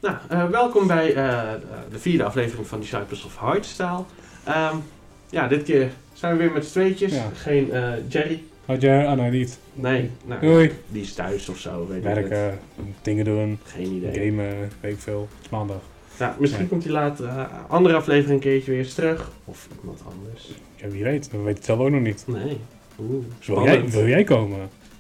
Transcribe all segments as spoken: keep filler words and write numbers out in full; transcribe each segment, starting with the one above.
Nou, uh, welkom bij uh, de vierde aflevering van Disciples of Hardstyle. Um, ja, dit keer zijn we weer met z'n tweetjes. Ja. Geen uh, Jerry. Oh, Jerry? Oh, nee, niet. Nee, nou, Doei. Die is thuis of zo, weet Werken, ik dingen doen. Geen idee. Gamen, weet ik veel. Het is maandag. Ja, misschien nee. komt hij later, uh, andere aflevering een keertje weer eens terug. Of iemand anders. Ja, wie weet. We weten het zelf ook nog niet. Nee. Oeh, wil, jij, wil jij komen?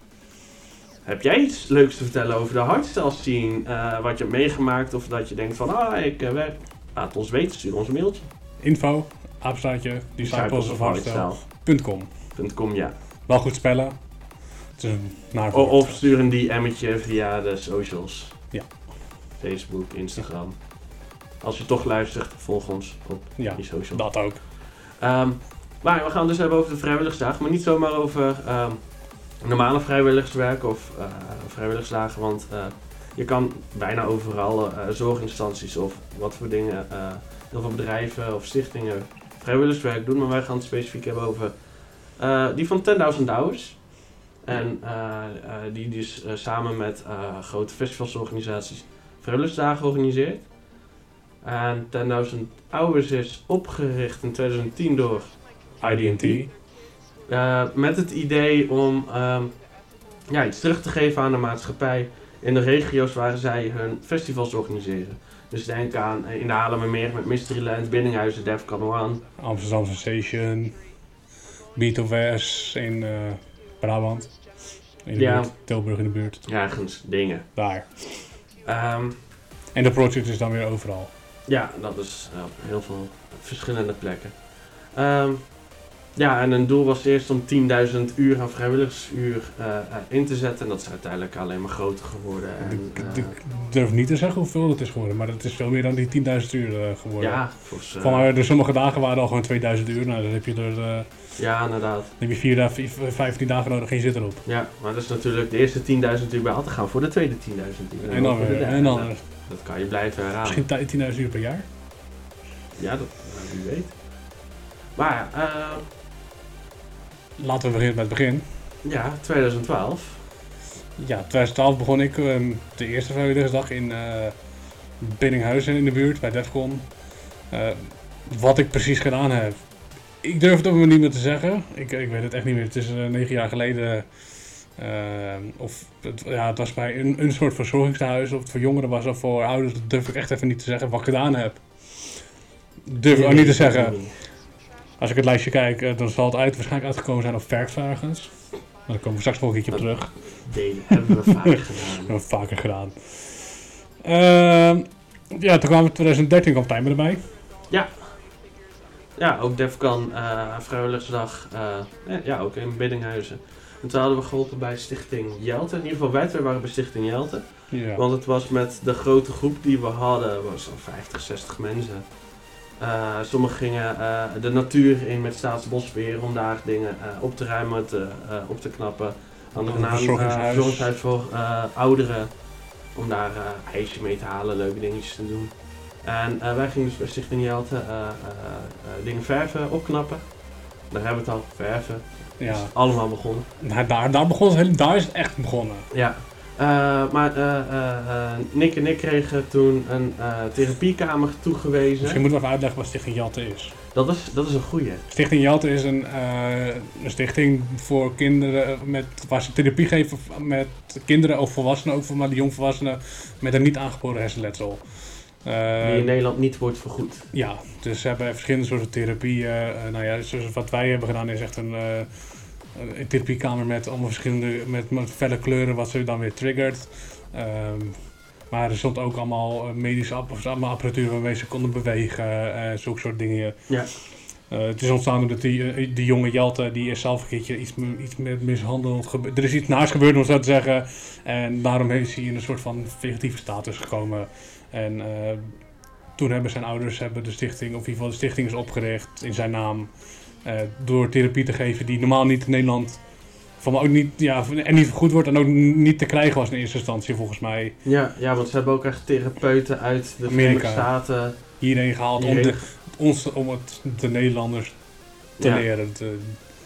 Heb jij iets leuks te vertellen over de hardstyle scene? Uh, wat je hebt meegemaakt of dat je denkt van, ah, ik uh, werk. Laat het ons weten, stuur ons een mailtje. Info, apenstaartje, disciples of hardstyle punt com. .com, ja. Wel goed spellen. Het is een naar o- of stuur een D M'tje via de socials. Ja. Facebook, Instagram. Als je toch luistert, volg ons op ja, die socials. Dat ook. Um, maar we gaan het dus hebben over de vrijwilligersdagen, maar niet zomaar over um, normale vrijwilligerswerk of uh, vrijwilligersdagen, want uh, je kan bijna overal uh, zorginstanties of wat voor dingen, uh, heel veel bedrijven of stichtingen vrijwilligerswerk doen, maar wij gaan het specifiek hebben over uh, die van tienduizend Hours. En uh, uh, die dus uh, samen met uh, grote festivalsorganisaties vrijwilligersdagen organiseert. En tienduizend Hours is opgericht in twintig tien door I D and T. Uh, met het idee om um, ja, iets terug te geven aan de maatschappij in de regio's waar zij hun festivals organiseren. Dus denk aan in de Haarlemmermeer met Mysteryland, Biddinghuizen, Defcon One. Amsterdam Sensation, Beat of West in uh, Brabant. In de ja. buurt, Tilburg in de buurt. Ergens, dingen. Daar. Um, en de project is dan weer overal. Ja, dat is uh, op heel veel verschillende plekken. Um, ja, en een doel was eerst om tienduizend uur aan vrijwilligersuur uh, uh, in te zetten. En dat is uiteindelijk alleen maar groter geworden. En, uh, ik durf niet te zeggen hoeveel het is geworden, maar het is veel meer dan die tienduizend uur uh, geworden. Ja, volgens... Uh, Van uh, de sommige dagen waren al gewoon tweeduizend uur, nou dan heb je er... Uh, ja, inderdaad. Dan heb je vier, vijftien dagen nodig, geen zit erop. Ja, maar dat is natuurlijk de eerste tienduizend uur bij al te gaan voor de tweede tienduizend uur. En dan weer, en dan... Dat, dat kan je blijven herhalen. Misschien tienduizend uur per jaar? Ja, dat wie weet. Maar ja, uh, laten we beginnen met het begin. Ja, twintig twaalf. Ja, twintig twaalf begon ik um, de eerste vrijwilligersdag in uh, Biddinghuizen in de buurt, bij Defcon. Uh, wat ik precies gedaan heb, ik durf het ook niet meer te zeggen. Ik, ik weet het echt niet meer. Het is uh, negen jaar geleden. Uh, of het, ja, het was bij een, een soort verzorgingstehuis. Of het voor jongeren was of voor ouders. Dat durf ik echt even niet te zeggen wat ik gedaan heb. Durf ik ook niet te zeggen. Als ik het lijstje kijk, uh, dan zal het uit, waarschijnlijk uitgekomen zijn op Werkvarens. Maar daar komen we straks nog een keertje op terug. Nee, hebben we vaker gedaan. hebben we vaker gedaan. Uh, ja, toen kwamen we twintig dertien, kwam Tijmen erbij. Ja. Ja, ook Defcon uh, vrijwilligersdag. Uh, ja, ook in Biddinghuizen. En toen hadden we geholpen bij Stichting Jelte. In ieder geval wij twee waren bij Stichting Jelte. Ja. Want het was met de grote groep die we hadden, was al vijftig, zestig mensen. Uh, sommigen gingen uh, de natuur in met Staatsbosbeheer om daar dingen uh, op te ruimen, te, uh, op te knappen. Anderen naar een verzorgingshuis uh, voor uh, ouderen om daar uh, ijsje mee te halen, leuke dingetjes te doen. En uh, wij gingen dus bij Stichting Jelte uh, uh, uh, dingen verven, opknappen. Daar hebben we het al, verven. Ja. Is allemaal begonnen. Nou, daar, daar, begon het, daar is het echt begonnen. Ja. Uh, maar uh, uh, uh, Nick en ik kregen toen een uh, therapiekamer toegewezen. Misschien moeten we even uitleggen wat Stichting Jelte is. Dat is, dat is een goeie. Stichting Jelte is een, uh, een stichting voor kinderen met, waar ze therapie geven met kinderen of volwassenen, ook voor maar de jongvolwassenen met een niet aangeboren hersenletsel. Uh, die in Nederland niet wordt vergoed. Ja, dus ze hebben verschillende soorten therapieën. Uh, nou ja, zoals wat wij hebben gedaan is echt een, uh, een therapiekamer met allemaal verschillende, met, met felle kleuren wat ze dan weer triggert. Um, maar er stond ook allemaal medische app- allemaal apparatuur waarmee ze konden bewegen en uh, zulke soort dingen. Ja. Uh, het is ontstaan omdat die, uh, die jonge Jelte, die is zelf een keertje iets, iets met mishandeld. Gebe- er is iets naars gebeurd, om zo te zeggen. En daarom is hij in een soort van vegetatieve status gekomen. En uh, toen hebben zijn ouders hebben de stichting, of in ieder geval de stichting is opgericht in zijn naam. Uh, door therapie te geven die normaal niet in Nederland van me ook niet, ja, en niet vergoed wordt en ook niet te krijgen was in eerste instantie volgens mij. Ja, ja, want ze hebben ook echt therapeuten uit de Verenigde Staten hierheen gehaald hierheen. om, de, ons, om het de Nederlanders te ja. leren. Te,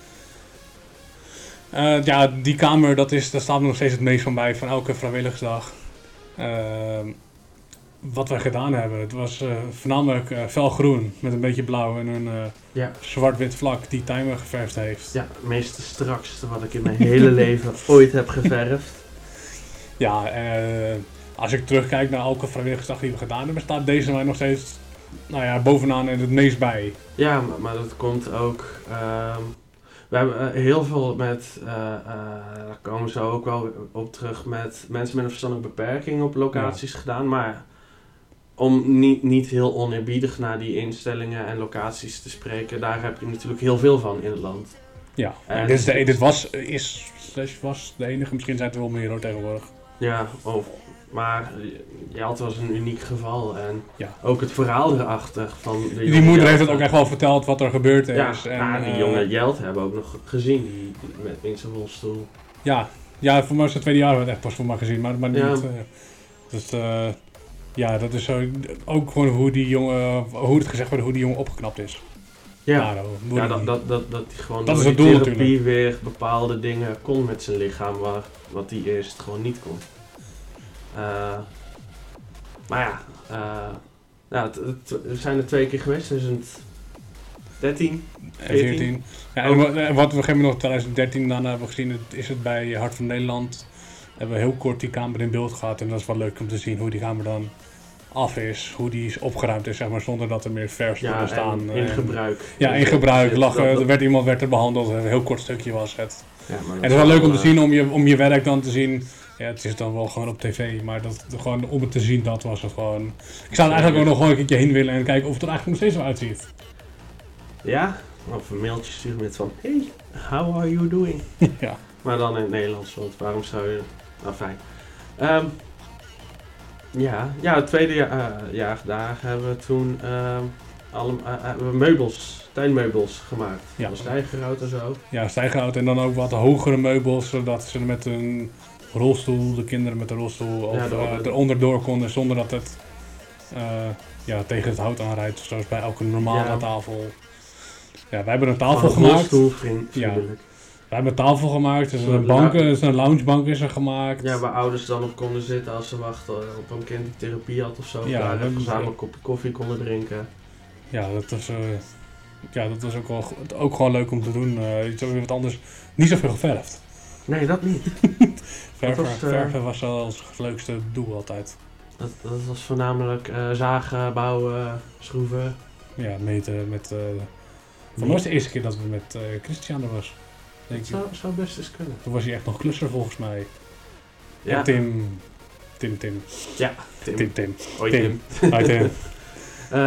uh, ja, die kamer, dat is, daar staat nog steeds het meest van bij van elke vrijwilligersdag. Uh, wat wij gedaan hebben. Het was uh, voornamelijk uh, felgroen met een beetje blauw en een uh, ja. zwart-wit vlak die Timer geverfd heeft. Ja, het meest strakste wat ik in mijn hele leven ooit heb geverfd. Ja, uh, als ik terugkijk naar elke vrijwilligersdag die we gedaan hebben, staat deze mij nog steeds nou ja, bovenaan en het meest bij. Ja, maar, maar dat komt ook... Uh, we hebben uh, heel veel met, uh, uh, daar komen we zo ook wel op terug, met mensen met een verstandelijke beperking op locaties ja. gedaan. Maar om niet, niet heel oneerbiedig naar die instellingen en locaties te spreken, daar heb je natuurlijk heel veel van in het land. Ja, en dit, is de, dit was, is, was de enige, misschien zijn er wel meer hoor tegenwoordig. Ja, oh, maar Jelte was een uniek geval en ja. ook het verhaal erachter van de Die moeder Jelte. Heeft het ook echt wel verteld wat er gebeurd is. Ja, en, nou, die uh, jonge Jelte hebben we ook nog gezien, die, die met in zijn rolstoel. Ja, ja, voor mij is het tweede jaar het echt pas voor mij gezien, maar, maar niet. Ja. Uh, dus, uh, ja, dat is zo, ook gewoon hoe die jongen, hoe het gezegd wordt, hoe die jongen opgeknapt is. Ja, Claro, ja dat, dat, dat, dat hij gewoon dat door is die doel, therapie natuurlijk. weer bepaalde dingen kon met zijn lichaam, waar, wat hij eerst gewoon niet kon. Uh, maar ja, uh, ja het, het, we zijn er twee keer geweest, twintig dertien, veertien. Ja, en wat, wat we nog twintig dertien dan hebben gezien, is het bij Hart van Nederland. Hebben we heel kort die kamer in beeld gehad en dat is wel leuk om te zien hoe die kamer dan af is, hoe die is opgeruimd is, zeg maar, zonder dat er meer vers ja, worden staan. in en, gebruik. Ja, in gebruik. Lag, dat, dat, er werd iemand werd er behandeld, een heel kort stukje was het. Ja, maar en het is wel leuk om te zien, om je, om je werk dan te zien. Ja, het is dan wel gewoon op tv, maar dat, gewoon om het te zien, dat was het gewoon. Ik zou er eigenlijk ook nog gewoon een keertje heen willen en kijken of het er eigenlijk nog steeds zo uitziet. Ja, of een mailtje sturen met van, hey, how are you doing? Ja. Maar dan in het Nederlands, want waarom zou je... Nou, fijn. Um, ja, ja, het tweede jaar, uh, jaar daar hebben we toen uh, alle, uh, uh, meubels, tuinmeubels gemaakt. Ja. Stijgerhout en zo. Ja, stijgerhout en dan ook wat hogere meubels, zodat ze met een rolstoel, de kinderen met de rolstoel, of ja, uh, eronder door konden zonder dat het uh, ja, tegen het hout aanrijdt, zoals bij elke normale ja. tafel. Ja, wij hebben een tafel Van gemaakt. Rolstoel, vriend, ja. We hebben een tafel gemaakt, dus een, bank, dus een loungebank is er gemaakt. Ja, waar ouders dan op konden zitten als ze wachten op een kind die therapie had of zo. Ja, daar we even gezamenlijk een kopje koffie konden drinken. Ja, dat was, uh, ja, dat was ook, wel, ook gewoon leuk om te doen. Uh, iets weer wat anders. Niet zoveel geverfd. Nee, dat niet. Verven, dat was, uh, verven was wel ons leukste doel altijd. Dat, dat was voornamelijk uh, zagen, bouwen, schroeven. Ja, meten met... Uh, voor mij was de eerste keer dat we met uh, Christian er was. Dat zou, zou best eens kunnen. Toen was hij echt nog klusser volgens mij. Ja. En Tim. Tim, Tim. Ja, Tim. Tim, Tim. Hoi Tim. Tim. Hoi Tim. uh,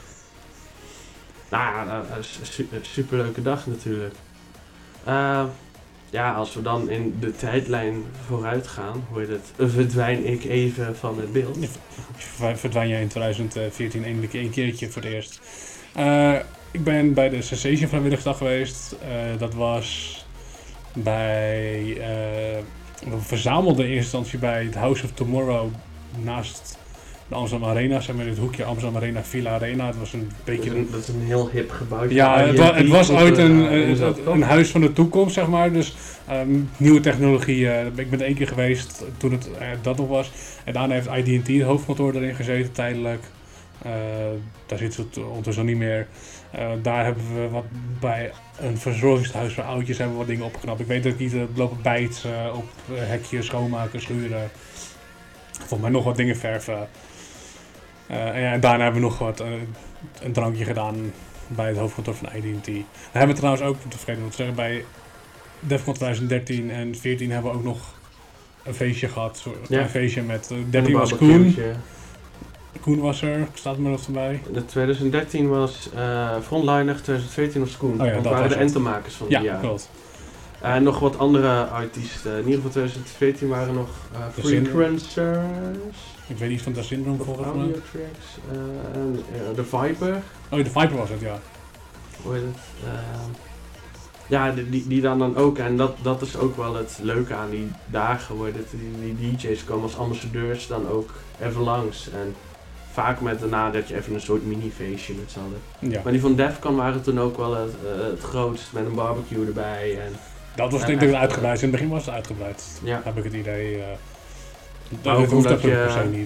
nou ja, dat is een su superleuke dag natuurlijk. Uh, ja, als we dan in de tijdlijn vooruit gaan, hoor je het, verdwijn ik even van het beeld. Ja, verdwijn jij in twintig veertien eindelijk een keertje voor het eerst. Uh, ik ben bij de Sensation vrijwilligersdag geweest. Uh, dat was bij... Uh, we verzamelden in eerste instantie bij het House of Tomorrow naast de Amsterdam Arena. Zeg maar in het hoekje Amsterdam Arena, Villa Arena. Het was een beetje... Dat is een, dat is een heel hip gebouw. Ja, het, wa het was ooit een, een, een, een huis van de toekomst, zeg maar. Dus um, nieuwe technologie. Uh, ik ben er één keer geweest toen het uh, dat nog was. En daarna heeft I D en T het hoofdkantoor erin gezeten, tijdelijk. Uh, daar zit het ondertussen niet meer. Uh, daar hebben we wat bij een verzorgingshuis voor oudjes hebben we wat dingen opgeknapt. Ik weet dat ik niet uh, lopen bijt uh, op uh, hekjes, schoonmaken, schuren. Volgens mij nog wat dingen verven. Uh, en, ja, en daarna hebben we nog wat uh, een drankje gedaan bij het hoofdkantoor van I D en T. Dan hebben we trouwens ook, te vergeten om te zeggen, bij Defcon twintig dertien en veertien hebben we ook nog een feestje gehad. Ja. Een feestje met uh, dertien was Koen. Koen was er, staat me nog erbij. De twintig dertien was uh, Frontliner, twintig veertien was Koen. Oh ja, dat dat waren was de entermakers van ja, die jaar. Klopt. En uh, nog wat andere artiesten. In ieder geval twintig veertien waren nog uh, Frequencers. Ik weet niet van de Syndrome volgens mij. Audio Tracks. Uh, en uh, de Viper. Oh, de Viper was het, ja. Hoe heet het? Uh, ja, die, die, die dan, dan ook. En dat, dat is ook wel het leuke aan die dagen. Waar dit, die, die D J's komen als ambassadeurs dan ook even langs. En vaak met daarna dat je even een soort mini-feestje met z'n allen. Ja. Maar die van Defcon waren toen ook wel het, uh, het grootst, met een barbecue erbij. En, dat was denk ik uh, uitgebreid. In het begin was het uitgebreid. Ja. Heb ik het idee. Uh, dat hoeft dat je, per se niet.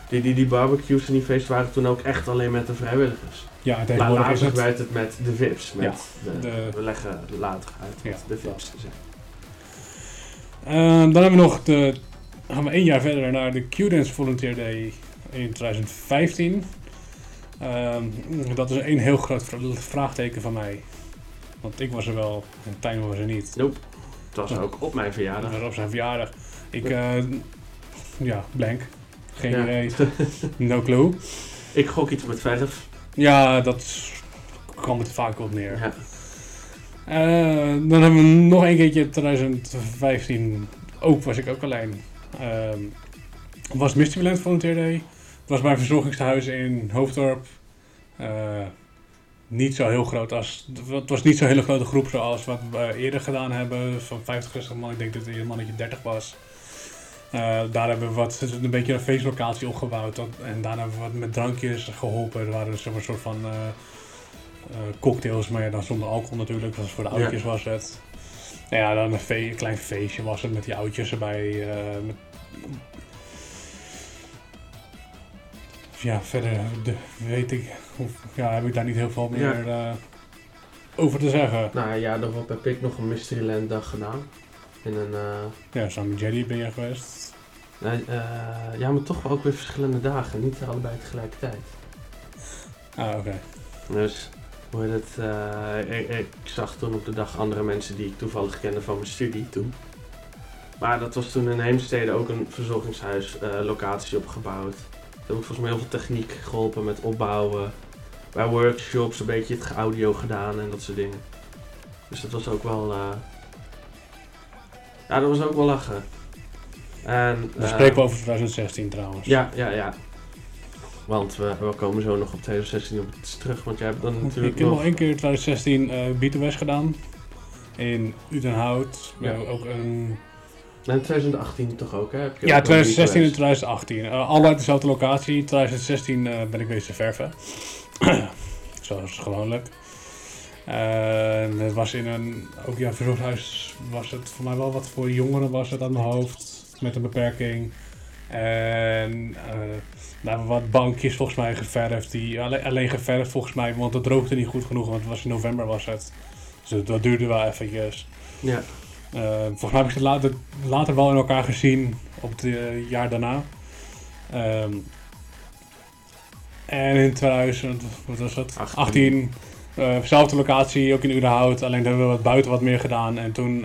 die, die, die barbecues en die feesten waren toen ook echt alleen met de vrijwilligers. Ja, La, tegenwoordig is later het... werd het met de V I P's. Met Ja, de, de- we leggen later uit wat Ja. de V I P's zijn. Ehm, dan hebben we nog de... gaan we één jaar verder naar de Q-Dance Volunteer Day in twintig vijftien. Ehm, dat is een heel groot vra- vraagteken van mij. Want ik was er wel en Tijn was er niet. Nope. Het was ook op mijn Dat verjaardag. was op zijn verjaardag. Ik, eh, ja, blank. Geen Ja. idee. No clue. Ik gok iets met verf. Ja, dat kwam het vaak op neer. Ja. Eh, dan hebben we nog een keertje twintig vijftien. Ook was ik ook alleen. Ehm was Mysteryland Volunteer Day. Het was bij een verzorgingstehuis in Hoofddorp. Eh, niet zo heel groot als... Het was niet zo'n hele grote groep zoals wat we eerder gedaan hebben. Van vijftig, zestig man. Ik denk dat het een mannetje dertig was. Eh, daar hebben we wat, een beetje een feestlocatie opgebouwd. Dat- En daarna hebben we wat met drankjes geholpen. Er waren dus een soort van eh, eh, cocktails, maar ja, dan zonder alcohol natuurlijk. Dat was voor de Ja. oudjes was het. Nou ja, dan een, fe- een klein feestje was het met die oudjes erbij. eh, met... Ja, verder de, weet ik, hoe- ja, heb ik daar niet heel veel meer eh, over te zeggen. Nou ja, daarop heb ik nog een Mysteryland dag gedaan. In een... eh, Ja, samen met Jerry ben je geweest. nee, eh, ja, maar toch wel ook weer verschillende dagen. Niet allebei tegelijkertijd. Ah, oké. Dus, hoe heet het? eh, ik, ik zag toen op de dag andere mensen die ik toevallig kende van mijn studie toen. Maar dat was toen in Heemstede ook een verzorgingshuis eh, locatie opgebouwd. Toen heb ik volgens mij heel veel techniek geholpen met opbouwen. Bij workshops een beetje het audio gedaan en dat soort dingen. Dus dat was ook wel... eh, ja, dat was ook wel lachen. En, We eh, spreken over twintig zestien trouwens. Ja, ja, ja. Want we, we komen zo nog op twintig zestien op iets terug, want jij hebt dan natuurlijk Ik heb nog... al één keer twintig zestien uh, B twee S gedaan. In Udenhout. We Ja. hebben ook een... Nee, twintig achttien toch ook, hè? Heb je Ja, ook wel twintig zestien en B twee S? twintig achttien. Uh, allebei op dezelfde locatie. twintig zestien uh, ben ik bezig te verven. Zoals gewoonlijk. Uh, het was in een... Ook ja, verzorghuis was het voor mij wel wat voor jongeren was het aan mijn hoofd. Met een beperking. En uh, daar hebben we wat bankjes volgens mij geverfd. Die, alleen, alleen geverfd volgens mij, want het droogde niet goed genoeg. Want het was in november was het. Dus dat, dat duurde wel eventjes. Ja. Uh, volgens mij heb ik het later, later wel in elkaar gezien op het uh, jaar daarna. Um, en in twintig, wat was het? achttien. achttien, uh, dezelfde locatie, ook in Udenhout. Alleen daar hebben we wat buiten wat meer gedaan. En toen, uh,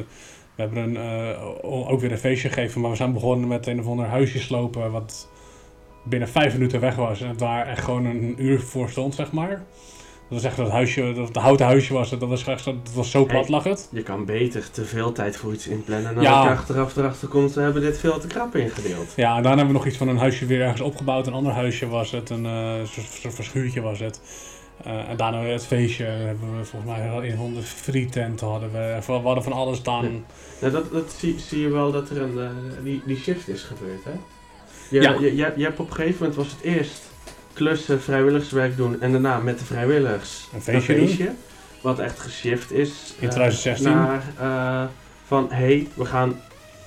we hebben een, uh, ook weer een feestje gegeven. Maar we zijn begonnen met een of ander huisje slopen wat binnen vijf minuten weg was. En het waar echt gewoon een uur voor stond, zeg maar. Dat was echt dat huisje, dat houten huisje was het. Dat was echt zo, dat was zo plat lag het. Je kan beter te veel tijd voor iets inplannen en dan Ja. ook achteraf erachter komt, we hebben dit veel te krap ingedeeld. Ja, en daarna hebben we nog iets van een huisje weer ergens opgebouwd. Een ander huisje was het, een uh, soort, soort verschuurtje was het. Uh, en daarna het feestje hebben we volgens mij in een free tent hadden we. We hadden van alles staan. Ja. Nou, dat, dat zie, zie je wel dat er een, uh, die, die shift is gebeurd, hè? Je, Ja. je, je, je hebt op een gegeven moment was het eerst klussen, vrijwilligerswerk doen en daarna met de vrijwilligers Een feestje doen. Wat echt geshift is In uh, twintig zestien. naar uh, van hé, hey, we gaan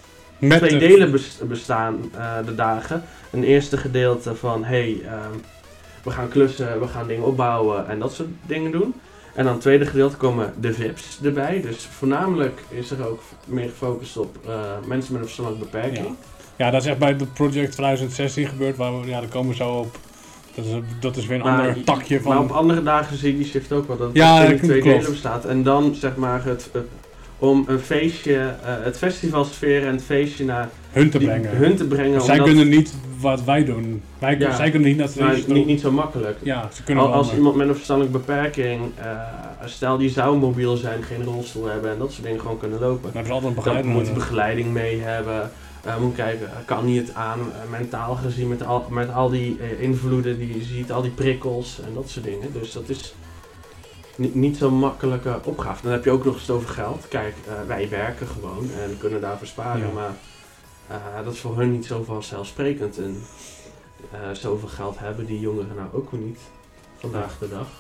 Met twee de- delen bes- bestaan uh, de dagen. Een eerste gedeelte van hé, hey, uh, we gaan klussen, we gaan dingen opbouwen en dat soort dingen doen. En dan het tweede gedeelte komen de V I P's erbij. Dus voornamelijk is er ook meer gefocust op uh, mensen met een verstandelijke beperking. Ja. Ja, dat is echt bij het project twintig zestien gebeurd. Waar we, ja, daar komen we zo op. Dat is, dat is weer een Maar- ander takje van... Maar op andere dagen zie je die shift ook wel, dat het Ja, in dat twee klopt. delen bestaat. En dan zeg maar het, uh, om een feestje, uh, het festivalsfeer en het feestje naar hun te die- brengen. hun te brengen. Zij omdat- kunnen niet wat wij doen. Wij, Ja. Zij kunnen niet naar het maar feestje niet, toe. niet zo makkelijk. Ja, ze kunnen Al- wel, als maar- iemand met een verstandelijke beperking, uh, stel die zou mobiel zijn, geen rolstoel hebben en dat soort dingen gewoon kunnen lopen. Maar er is altijd een Dan begeleider moet hij nodig. begeleiding mee hebben. Uh, moet kijken, kan hij het aan, uh, mentaal gezien met al, met al die uh, invloeden die je ziet, al die prikkels en dat soort dingen. Dus dat is niet, niet zo'n makkelijke opgave. Dan heb je ook nog eens over geld. Kijk, uh, wij werken gewoon en kunnen daarvoor sparen, Ja. maar uh, dat is voor hun niet zo vanzelfsprekend. En uh, zoveel geld hebben die jongeren nou ook weer niet vandaag de dag.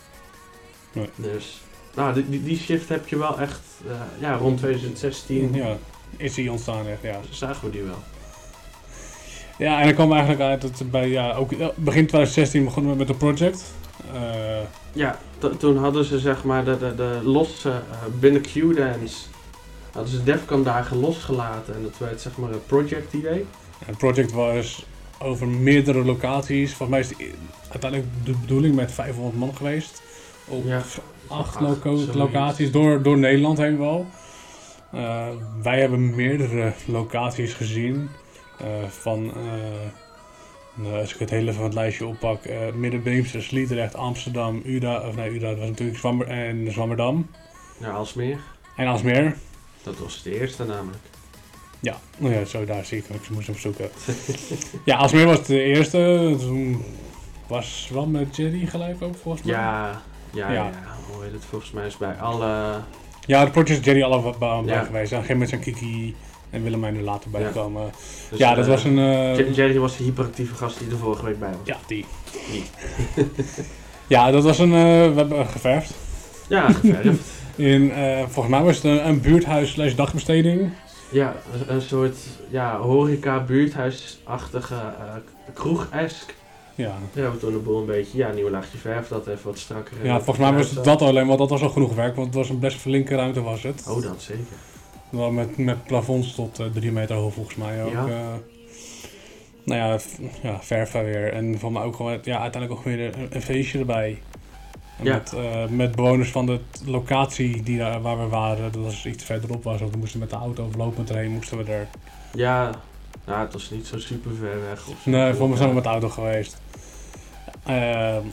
Nee. Dus, nou, die, die, die shift heb je wel echt, uh, ja, rond twintig zestien. Ja, is die ontstaan echt, ja. Zagen we die wel. Ja, en dan kwam eigenlijk uit dat bij, ja, ook begin twintig zestien begonnen we met een project. Uh, ja, to- toen hadden ze zeg maar de, de, de losse, uh, binnen Q-Dance, hadden ze Defcon dagen losgelaten en dat werd zeg maar een project idee. Het project was over meerdere locaties. Volgens mij is het uiteindelijk de bedoeling met vijfhonderd man geweest. Op Ja, acht acht, loco- zoiets. locaties door, door Nederland heen wel. Uh, wij hebben meerdere locaties gezien. Uh, van, uh, nou, als ik het hele van het lijstje oppak, uh, Middenbeemster, Sliedrecht, Amsterdam, Uda, of nee, Uda, dat was natuurlijk Zwammer en Zwammerdam. Ja, Alsmeer. En Aalsmeer. Dat was de eerste namelijk. Ja, nou ja, zo daar zie ik, ik moest even zoeken. Ja, Aalsmeer was de eerste. Toen was Zwam met Jerry gelijk ook volgens mij. Ja, ja, ja. Ja. ja. Hoe heet het? Volgens mij is bij alle... Ja, de project is Jerry alle bij Ja. geweest. En geen met zijn Kiki en Willemijn er later bij Ja. gekomen. Dus, Ja, dat eh, was een... uh, J- Jerry was de hyperactieve gast die er vorige week bij was. ja, die. Die. Ja, dat was een... Uh, we hebben geverfd. Ja, geverfd. In, uh, volgens mij was het een, een buurthuis slash dagbesteding. Ja, een, een soort ja, horeca, buurthuisachtige uh, kroeg-esk. Ja. Ja, we hebben toen de boel een beetje, ja, een nieuw laagje verf, dat even wat strakker. Ja, volgens mij was het dat alleen, want dat was al genoeg werk, want het was een best flinke ruimte was het. Oh, dat zeker. Wel met, met plafonds tot uh, drie meter hoog volgens mij ook. Ja. Uh, nou ja, f- ja, verven weer. En van mij ook gewoon, ja, uiteindelijk ook weer een, een feestje erbij. En Ja. Met, uh, met bewoners van de t- locatie die daar, waar we waren, dat was iets verderop was. Want we moesten met de auto of lopend erheen, moesten we er. Ja, nou, het was niet zo super ver weg. Of zo. Nee, voor me zijn we met de auto geweest. Uh, En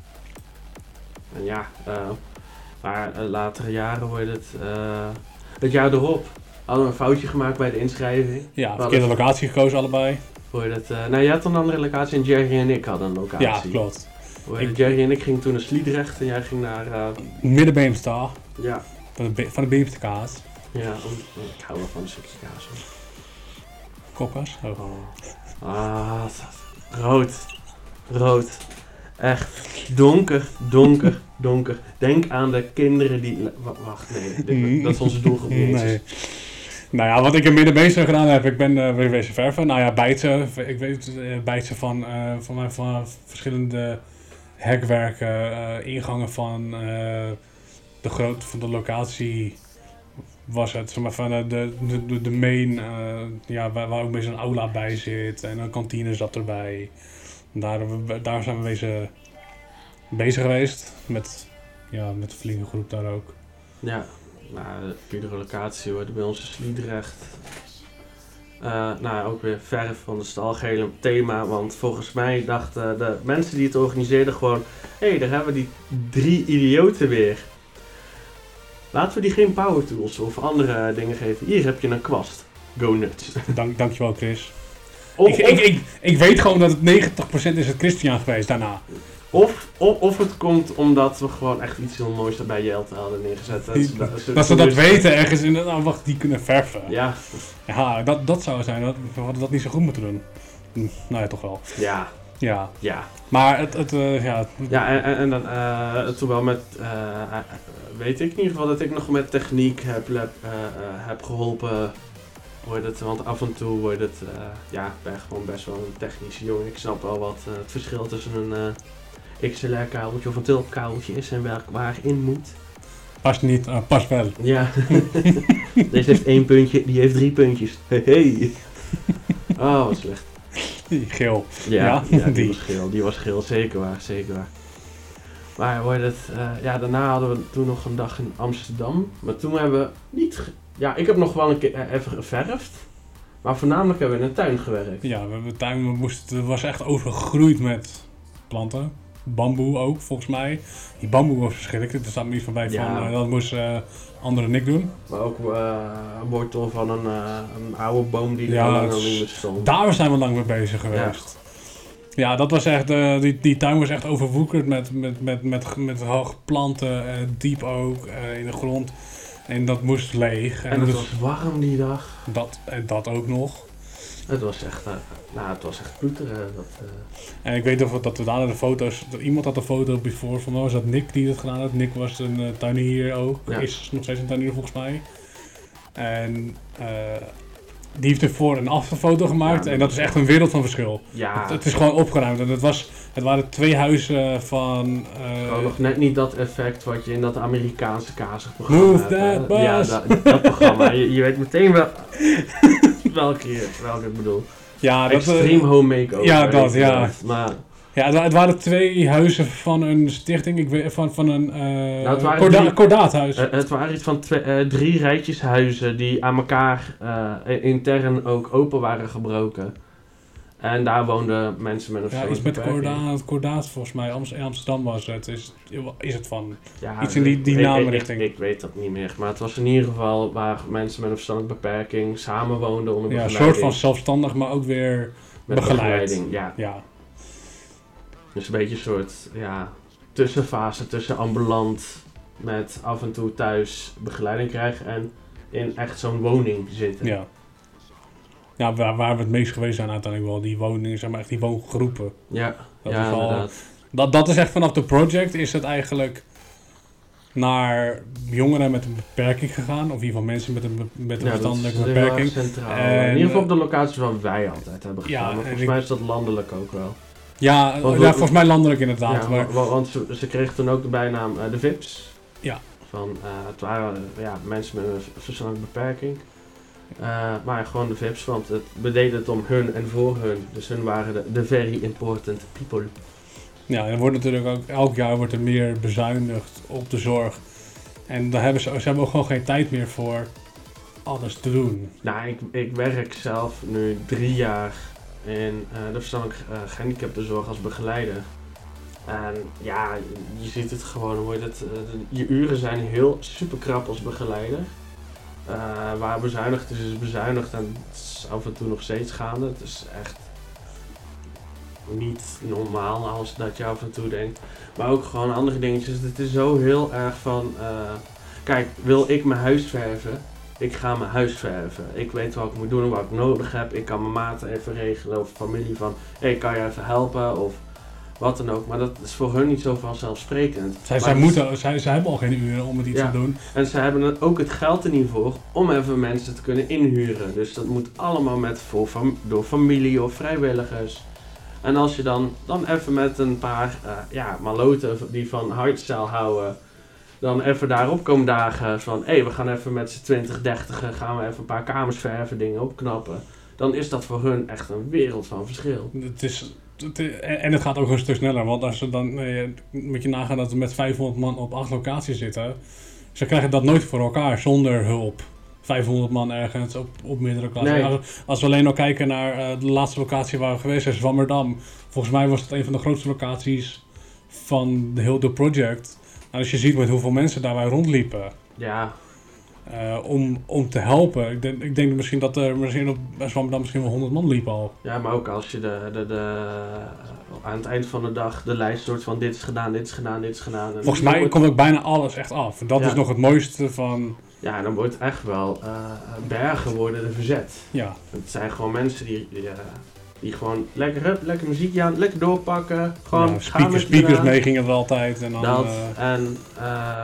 ja, uh, maar uh, latere jaren wordt het, uh, het jaar erop hadden we een foutje gemaakt bij de inschrijving. ja, We verkeerde hadden- locatie gekozen allebei. Hoor je dat, uh, nou, je had een andere locatie en Jerry en ik hadden een locatie. Ja, klopt. Hoor je Ik- dat? Jerry en ik gingen toen naar Sliedrecht en jij ging naar, uh, Middenbeemster, ja, van de, Be- van de Beemsterkaas. ja, om, ik hou wel van een stukje kaas hoor. Kokkas. Oh. Oh. Ah, dat- rood. Rood. Echt. Donker, donker, donker. Denk aan de kinderen die... wa- Wacht, nee. dit- dat is onze doelgroep niet eens. Nee. Nou ja, wat ik in Middenbeemster gedaan heb, ik ben uh, weer wezen verven. Nou ja, bijtsen. Ik weet uh, bijtsen van, uh, van, mijn, van verschillende hekwerken, uh, ingangen van uh, de grootte van de locatie was het. Zeg maar, van uh, de, de, de, de main, uh, ja, waar, waar ook een zo'n aula bij zit en een kantine zat erbij. Daar, daar zijn we wezen bezig geweest met, ja, met een flinke groep daar ook. Ja, nou, de iedere locatie wordt bij ons in Sliedrecht. Uh, nou, ook weer verf van de stalgele thema, want volgens mij dachten de mensen die het organiseerden gewoon... Hé, hey, daar hebben we die drie idioten weer. Laten we die geen power tools of andere dingen geven. Hier heb je een kwast. Go nuts. Dank, dankjewel Chris. Of, Ik, ik, ik, ik weet gewoon dat het negentig procent is het Christian geweest daarna. Of, of, of het komt omdat we gewoon echt iets heel moois bij Jelte hadden neergezet. Dat, ze- dat, ze- Dat ze dat weten ergens in, nou wacht, die kunnen verven. Ja, Ja, dat, dat zou zijn. Dat, we hadden dat niet zo goed moeten doen. Hm, Nou ja, toch wel. ja, Ja. ja. Maar het, het uh, ja. Ja, en, en, en dan uh, toen wel met, uh, uh, weet ik in ieder geval dat ik nog met techniek heb, heb, uh, uh, heb geholpen. Wordt het, want af en toe wordt het, uh, ja, ik ben gewoon best wel een technische jongen. Ik snap wel wat uh, het verschil tussen een uh, X L R-kabeltje of een tulpkabeltje is en welk waar in moet. Past niet, uh, past wel. Ja, deze heeft één puntje, die heeft drie puntjes. Hey, hey. Oh, wat slecht. Geel. Ja, Ja, ja, die, die. was geel, die was geel, zeker waar, zeker waar. Maar wordt het, uh, ja, daarna hadden we toen nog een dag in Amsterdam. Maar toen hebben we niet, ge- ja, ik heb nog wel een keer uh, even geverfd. Maar voornamelijk hebben we in een tuin gewerkt. Ja, we hebben tuin, we moesten, het was echt overgegroeid met planten. Bamboe ook, volgens mij. Die bamboe was verschrikkelijk. Er staat me iets van bij van, Ja. uh, dat moest uh, andere Nick doen. Maar ook uh, een wortel van een, uh, een oude boom die er Ja, al lang het al is- niet meer stond. Daar zijn we lang mee bezig geweest. Ja, dat was echt, uh, die, die tuin was echt overwoekerd met, met, met, met, met hoge planten, uh, diep ook, uh, in de grond. En dat moest leeg. En het dus- was warm die dag. dat, en dat ook nog. Het was echt, uh, nou, het was echt ploeteren. Dat, uh, En ik weet nog dat we daarna de foto's, dat iemand had een foto before, van mij was dat Nick die het gedaan had. Nick was een uh, tuinier ook, Ja. is nog steeds een tuinier volgens mij. En uh, die heeft een voor- en achterfoto gemaakt. Ja, en dat is echt een wereld van verschil. Ja, Het, het is gewoon opgeruimd. En het, was, het waren twee huizen van... Uh, gewoon nog net niet dat effect wat je in dat Amerikaanse kazigprogramma Move hebt. that hè. bus. Ja, dat, dat programma. Je, je weet meteen wel welke, welke ik bedoel. ja, dat, uh, Extreme Home Makeover. ja, weet dat, je ja. dat. Maar ja, het, wa- het waren twee huizen van een stichting. Ik weet, van, van een uh, Nou, het waren korda- drie- kordaathuis. eh, het waren iets van twee, eh, drie rijtjeshuizen die aan elkaar eh, intern ook open waren gebroken. En daar woonden mensen met een ja, verstandelijke iets met beperking. kordaat, kordaat volgens mij. Amst- in Amsterdam was het. Is, is het van. Ja, Iets in die- die ik- ik- naamrichting. Ik, ik weet dat niet meer. Maar het was in ieder geval waar mensen met een verstandelijke beperking samenwoonden onder Ja, een begeleiding. soort van zelfstandig, maar ook weer met begeleid. begeleiding. Ja, Ja, dus een beetje een soort ja, tussenfase tussen ambulant met af en toe thuis begeleiding krijgen en in echt zo'n woning zitten. ja. Ja, waar, waar we het meest geweest zijn uiteindelijk wel. Die woningen, zeg maar echt die woongroepen. Ja, Dat ja is wel- inderdaad. Dat, dat is echt vanaf de project is het eigenlijk naar jongeren met een beperking gegaan. Of in ieder geval mensen met een, be- met een Ja, dat verstandelijke is heel erg beperking. centraal. En, in ieder geval op de locaties waar wij altijd hebben ja, gestaan. maar en volgens ik- mij is dat landelijk ook wel. Ja, Want- ja, volgens mij landelijk inderdaad. Ja, maar, wa- wa- want ze, ze kregen toen ook de bijnaam eh, de V I P's. Ja. Van, eh, het waren eh, ja, mensen met een v- verstandelijke beperking. Eh, maar gewoon de V I P's, want het bedeed het om hun en voor hun. Dus hun waren de, de very important people. ja, er wordt natuurlijk ook elk jaar wordt er meer bezuinigd op de zorg. En daar hebben ze, ze hebben ook gewoon geen tijd meer voor alles te doen. Nou, ik, ik werk zelf nu drie jaar in eh, de verstandelijk uh, gehandicaptenzorg als begeleider. En ja, je, je ziet het gewoon, hoe heet het, uh, de- je uren zijn heel super krap als begeleider. Uh, waar bezuinigd is, is bezuinigd en het is af en toe nog steeds gaande. Het is echt niet normaal als dat je af en toe denkt. Maar ook gewoon andere dingetjes. Het is zo heel erg van, uh, kijk, wil ik mijn huis verven? Ik ga mijn huis verven. Ik weet wat ik moet doen, wat ik nodig heb. Ik kan mijn maten even regelen of familie van, hé, hey, kan je even helpen of wat dan ook. Maar dat is voor hun niet zo vanzelfsprekend. Zij, Maar zij, het- moeten, zij, zij hebben al geen uren om het iets Ja. te doen. En ze hebben er ook het geld er niet voor om even mensen te kunnen inhuren. Dus dat moet allemaal met voor fam- door familie of vrijwilligers. En als je dan, dan even met een paar uh, ja, maloten die van hardstyle houden, dan even daarop komen dagen van, hé, hey, we gaan even met z'n twintig, dertig, gaan we even een paar kamers verven, dingen opknappen. Dan is dat voor hun echt een wereld van verschil. Het is, het is- en en het gaat ook een stuk sneller, want als ze dan eh, moet je nagaan dat we met vijfhonderd man op acht locaties zitten, ze krijgen dat nooit voor elkaar zonder hulp. vijfhonderd man ergens op, op meerdere locaties. Nee. Als, als we alleen al kijken naar uh, de laatste locatie waar we geweest zijn, Zwammerdam. Volgens mij was het een van de grootste locaties van de hele project. Nou, als je ziet met hoeveel mensen daarbij rondliepen. Ja, Uh, om, om te helpen. Ik denk, ik denk misschien dat er misschien op Zwammerdam misschien wel honderd man liepen al. ja, maar ook als je de, de, de, aan het eind van de dag de lijst soort van dit is gedaan, dit is gedaan, dit is gedaan. En Volgens dan mij wordt- komt ook bijna alles echt af. Dat Ja. is nog het mooiste van... Ja, dan wordt echt wel, uh, bergen worden er verzet. Ja, Het zijn gewoon mensen die, die, uh, die gewoon lekker, hup, lekker muziekje aan, lekker doorpakken. Gewoon ja, gaan speakers, met je speakers eraan. mee gingen er altijd. En dan, Dat, uh, en uh,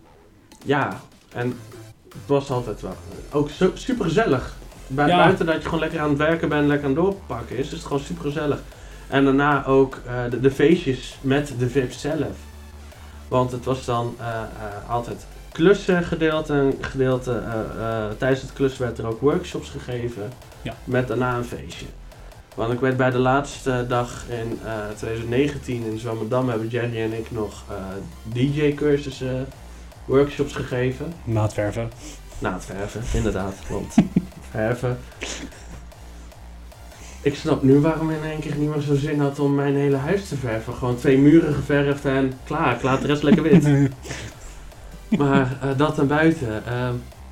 ja, en het was altijd wel ook su super gezellig. Bij, Ja. Buiten dat je gewoon lekker aan het werken bent en lekker aan het doorpakken is, is het gewoon super gezellig. En daarna ook uh, de, de feestjes met de V I P's zelf. Want het was dan uh, uh, altijd klussen gedeelte en gedeelte. Uh, uh, tijdens het klussen werd er ook workshops gegeven. Ja. Met daarna een feestje. Want ik weet bij de laatste dag in uh, twintig negentien in Zwammerdam hebben Jerry en ik nog uh, D J-cursussen, workshops gegeven. na het verven. Na het verven, inderdaad. Want verven. Ik snap nu waarom in één keer niet meer zo zin had om mijn hele huis te verven. Gewoon twee muren geverfd en klaar. Ik laat de rest lekker wit. Maar uh, dat en buiten. Uh,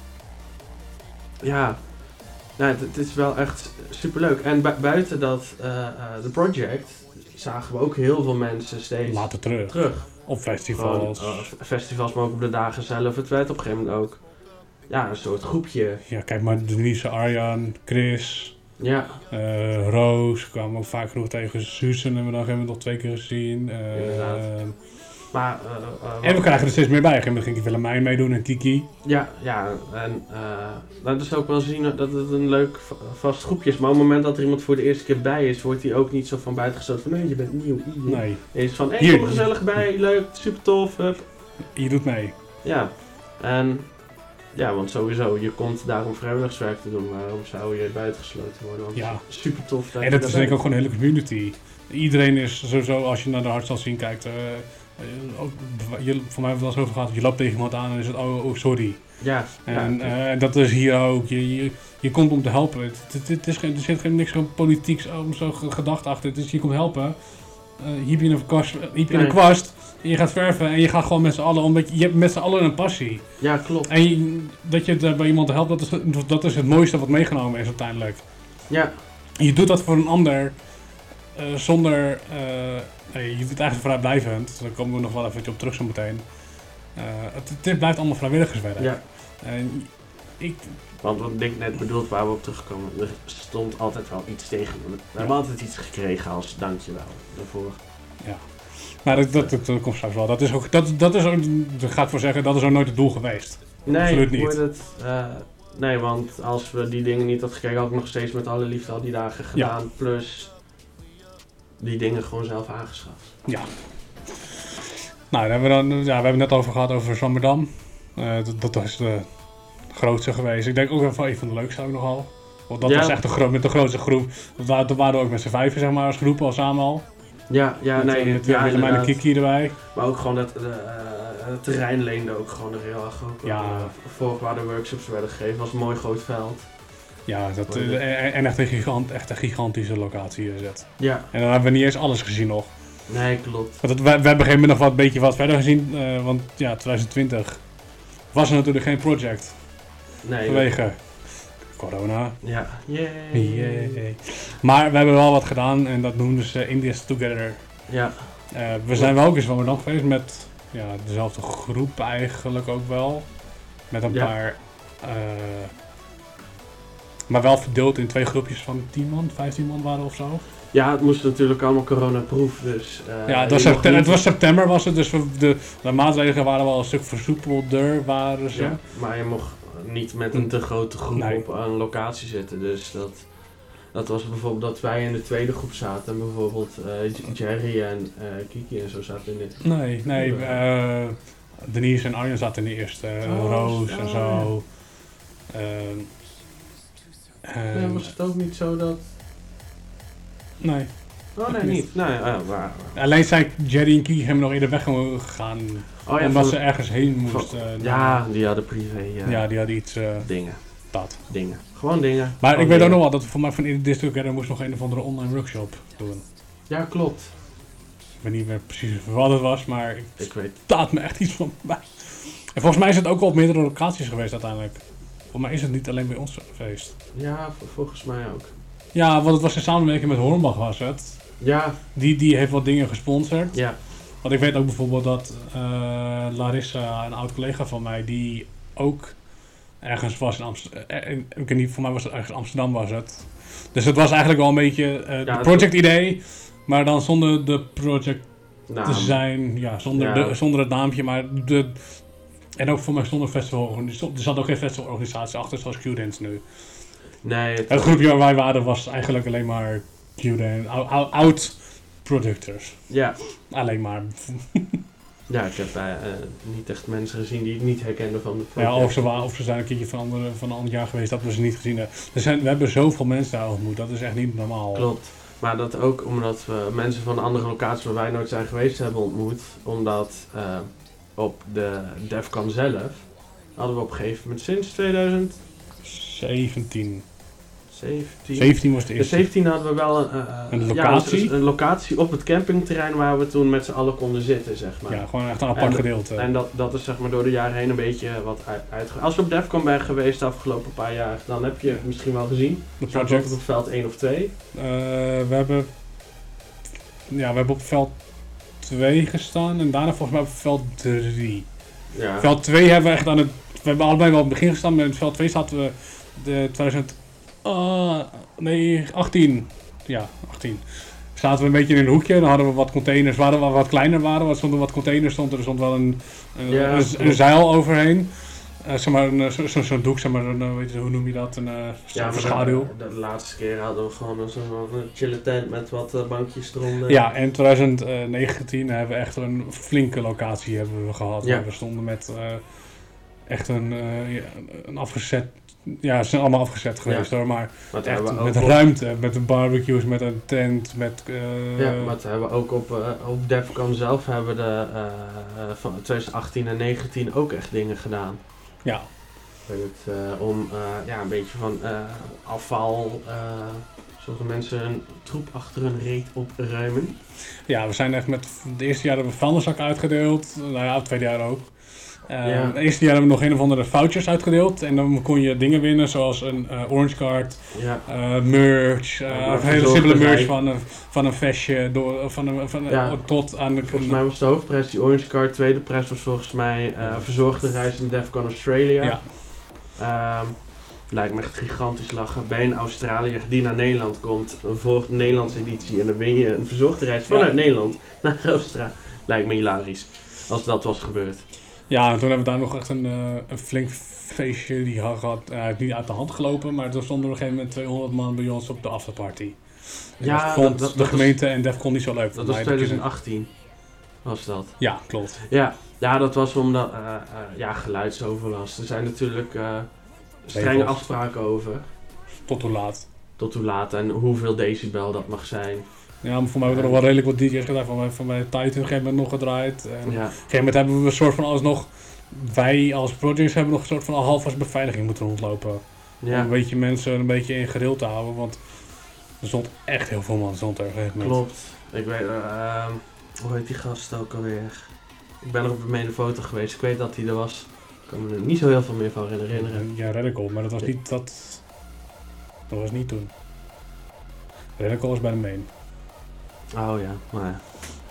ja, nou, het, het is wel echt superleuk. En bu buiten dat, uh, uh, de project, zagen we ook heel veel mensen steeds Later terug. terug. Op festivals. Gewoon, uh, festivals, maar ook op de dagen zelf. Het werd op een gegeven moment ook ja, een soort groepje. Ja, kijk maar, Denise, Arjan, Chris, Ja, uh, Roos, kwamen ook vaak genoeg tegen. Susan hebben we dan op een gegeven moment nog twee keer gezien. Uh, Inderdaad. Maar, uh, uh, en we krijgen er steeds meer bij. Dan ging Willemijn meedoen en Kiki. Ja, ja, en uh, dat is ook wel zien dat het een leuk vast groepje is. Maar op het moment dat er iemand voor de eerste keer bij is, wordt hij ook niet zo van buiten gestoten van nee, je bent nieuw. Hier. Nee. Hij is van, hé, Hier. hey, kom er gezellig bij, leuk, super tof. Hup. Je doet mee. Ja, en ja, want sowieso, je komt daar om vrijwilligerswerk te doen. Waarom zou je buitengesloten worden? Want Ja. super tof. Dat En dat is denk ik ook gewoon een hele community. Iedereen is sowieso, als je naar de hartstel zien kijkt, uh, uh, ook, je, voor mij hebben we het wel eens over gehad, je loopt tegen iemand aan en is het, oh, oh sorry. Ja. En ja. uh, dat is hier ook, je, je, je komt om te helpen. Het, het, het is geen, er zit geen niks van politiek om zo gedacht achter, het is je komt helpen. Uh, hier heb je een kwast, hier heb je Nee. een kwast, en je gaat verven en je gaat gewoon met z'n allen, omdat je, je hebt met z'n allen een passie. Ja, klopt. En je, dat je het bij iemand helpt, dat is, dat is het mooiste wat meegenomen is uiteindelijk. Ja. Je doet dat voor een ander uh, zonder, uh, nee, je doet het eigenlijk vrijblijvend. Daar komen we nog wel even op terug zo meteen. Uh, het, het blijft allemaal vrijwilligerswerk. Ja. En ik, Want wat Dick net bedoelt, waar we op terugkomen, er stond altijd wel iets tegen. We ja. hebben altijd iets gekregen als dankjewel daarvoor. Ja. Maar dat, dat, dat, dat komt straks wel. Dat is ook, dat, dat is ook, dat ga ik voor zeggen, dat is ook nooit het doel geweest. Nee, absoluut niet. Wordt het, uh, nee, want als we die dingen niet hadden gekregen, had ik nog steeds met alle liefde al die dagen gedaan. Ja. Plus die dingen gewoon zelf aangeschaft. Ja. Nou, daar hebben we, dan, ja, we hebben het net over gehad over Zwammerdam. Uh, dat, dat is de grootste geweest. Ik denk ook wel van een van de leukste ook nogal. Want dat ja. was echt de, gro- met de grootste groep. Dat waren we ook met z'n vijven, zeg maar, als groep al samen al. Ja, ja, met, nee. Met ja, Willemijn en Kiki erbij. Maar ook gewoon dat uh, het terrein leende ook gewoon er heel erg ook. Ja. Uh, vorig waar de workshops werden gegeven, was een mooi groot veld. Ja, dat, uh, en echt een, gigant, echt een gigantische locatie is het. Ja. En dan hebben we niet eens alles gezien nog. Nee, klopt. Want het, we, we hebben op een gegeven moment nog wat beetje wat verder gezien, uh, want ja, twintig twintig was er natuurlijk geen project. Nee. Vanwege dat... corona. Ja. Yay. Yay. Maar we hebben wel wat gedaan en dat noemden ze India's Together. Ja. Uh, we zijn wel ook eens van dan geweest met ja, dezelfde groep eigenlijk ook wel. Met een ja. paar... Uh, maar wel verdeeld in twee groepjes van tien man, vijftien man waren of zo. Ja, het moest natuurlijk allemaal coronaproof, dus... Uh, ja, het was, september, het was september was het, dus we, de, de maatregelen waren wel een stuk versoepelder, waren ze. Ja, maar je mocht niet met een te grote groep nee. op een locatie zitten, dus dat... Dat was bijvoorbeeld dat wij in de tweede groep zaten en bijvoorbeeld uh, Jerry en uh, Kiki en zo zaten in dit. Nee, nee, uh, Denise en Arjen zaten in de eerste, uh, oh, Roos oh, en zo. Ja. Uh, uh, nee, was het ook niet zo dat... Nee. Oh nee, niet. Nee, uh, waar, waar. Alleen zijn Jerry en Kiki hebben nog eerder weg gegaan. Oh, ja, omdat ze ergens heen moesten. Uh, ja, die hadden privé. Uh, ja, die hadden iets... Uh, dingen. Dat. Dingen. Gewoon dingen. Maar Gewoon ik weet dingen. ook nog wel dat voor mij van India's Together moest nog een of andere online workshop doen. Ja, klopt. Ik weet niet meer precies wat het was, maar ik, ik weet. staat me echt iets van bij. En volgens mij is het ook wel op meerdere locaties geweest uiteindelijk. Volgens mij is het niet alleen bij ons geweest. Ja, volgens mij ook. Ja, want het was in samenwerking met Hornbach was het. Ja. Die, die heeft wat dingen gesponsord. Ja. Want ik weet ook bijvoorbeeld dat uh, Larissa, een oud collega van mij, die ook ergens was in Amsterdam. Ik weet niet, voor mij was het ergens Amsterdam was het. Dus het was eigenlijk wel een beetje uh, ja, de project idee, maar dan zonder de project naam. Te zijn. Ja, zonder, ja. De, zonder het naampje, maar de... En ook voor mij zonder festival. Er zat ook geen festivalorganisatie achter zoals Q-Dance nu. Nee. Het, het groepje waar wij waren was eigenlijk alleen maar Q-Dance. Oud productors. Ja. Alleen maar. Ja, ik heb uh, uh, niet echt mensen gezien die ik niet herkende van de project. Ja, of ze, waren, of ze zijn een keertje van, andere, van een ander jaar geweest dat we ze niet gezien hebben. Er zijn, we hebben zoveel mensen daar ontmoet, dat is echt niet normaal. Klopt. Maar dat ook omdat we mensen van andere locaties waar wij nooit zijn geweest hebben ontmoet. Omdat uh, op de Defcon zelf hadden we op een gegeven moment sinds twintig zeventien. zeventien. zeventien was de eerste. Dus zeventien hadden we wel een, uh, een locatie. Ja, een locatie op het campingterrein waar we toen met z'n allen konden zitten, zeg maar. Ja, gewoon echt een apart en, gedeelte. En dat, dat is zeg maar door de jaren heen een beetje wat uitgegaan. Als we op Defcon ben geweest de afgelopen paar jaar, dan heb je het misschien wel gezien. De project op veld één of twee. Uh, we hebben... Ja, we hebben op veld twee gestaan en daarna volgens mij op veld drie. Ja. Veld twee hebben we echt aan het... We hebben allebei wel op het begin gestaan, maar in veld twee zaten we de twintig... Uh, nee, achttien. Ja, achttien. zaten we een beetje in een hoekje. Dan hadden we wat containers, waar we wat kleiner waren. Er stonden wat containers, stond, er stond wel een, een, Ja, een, een, een zeil overheen. Uh, zeg maar, een, zo, zo, zo'n doek, zeg maar, een, weet je, hoe noem je dat? Een uh, Ja, maar schaduw. de, de laatste keer hadden we gewoon zo'n een chille tent met wat uh, bankjes eronder. Ja, in twintig negentien hebben we echt een flinke locatie hebben we gehad. Ja. We stonden met uh, echt een, uh, een afgezet... Ja, ze zijn allemaal afgezet geweest Ja. hoor, maar Wat echt hebben we met ook op- ruimte, met een barbecues, met een tent, met... Uh, Ja, maar we hebben ook op, uh, op Defcon zelf hebben de, uh, van twintig achttien en negentien ook echt dingen gedaan. Ja. Weet het, uh, om uh, ja, een beetje van uh, afval, uh, sommige mensen hun troep achter hun reet opruimen. Ja, we zijn echt met... Het eerste jaar hebben we vuilniszakken uitgedeeld, nou ja, het tweede jaar ook. Uh, Ja. Het eerste jaar hebben we nog een of andere vouchers uitgedeeld en dan kon je dingen winnen zoals een uh, orange card, Ja. uh, merch, uh, Ja, of hele verzorgde simpele merch rij. van een, van een vestje door, van een, van een, Ja. tot aan de... Volgens mij was de hoofdprijs die orange card, tweede prijs was volgens mij uh, verzorgde reis in Defcon Australia. Ja. Um, lijkt me echt gigantisch lachen. Bij een Australiër die naar Nederland komt, een voor Nederlandse editie en dan win je een verzorgde reis vanuit Ja. Nederland naar Australië. Lijkt me hilarisch als dat was gebeurd. Ja, en toen hebben we daar nog echt een, uh, een flink feestje, die had, had uh, niet uit de hand gelopen, maar er stonden op een gegeven moment tweehonderd man bij ons op de afterparty. En Ja, dat vond dat- dat- de dat gemeente en Defcon niet zo leuk. Dat voor was mij, twintig je- achttien. Was dat. Ja, klopt. Ja, ja dat was omdat, uh, uh, ja, geluidsoverlast. Er zijn natuurlijk uh, strenge Regels. afspraken over. Tot hoe laat. Tot hoe laat en hoeveel decibel dat mag zijn. Ja, maar voor mij hebben we er nog wel redelijk wat D J's gedaan. Van mij, van mij tijd op een gegeven moment nog gedraaid. En Ja. op een gegeven moment hebben we een soort van alsnog... Wij als projects hebben nog een soort van half als beveiliging moeten rondlopen. Om Ja, een beetje mensen een beetje in gereel te houden. Want er stond echt heel veel man stond er op een gegeven moment. klopt. Ik weet, uh, hoe heet die gast ook alweer? Ik ben er op een foto geweest. Ik weet dat hij er was. Ik kan me er niet zo heel veel meer van herinneren. Ja, Radical, maar dat was niet dat. Dat was niet toen. Radical was bij de main. Oh ja, maar ja.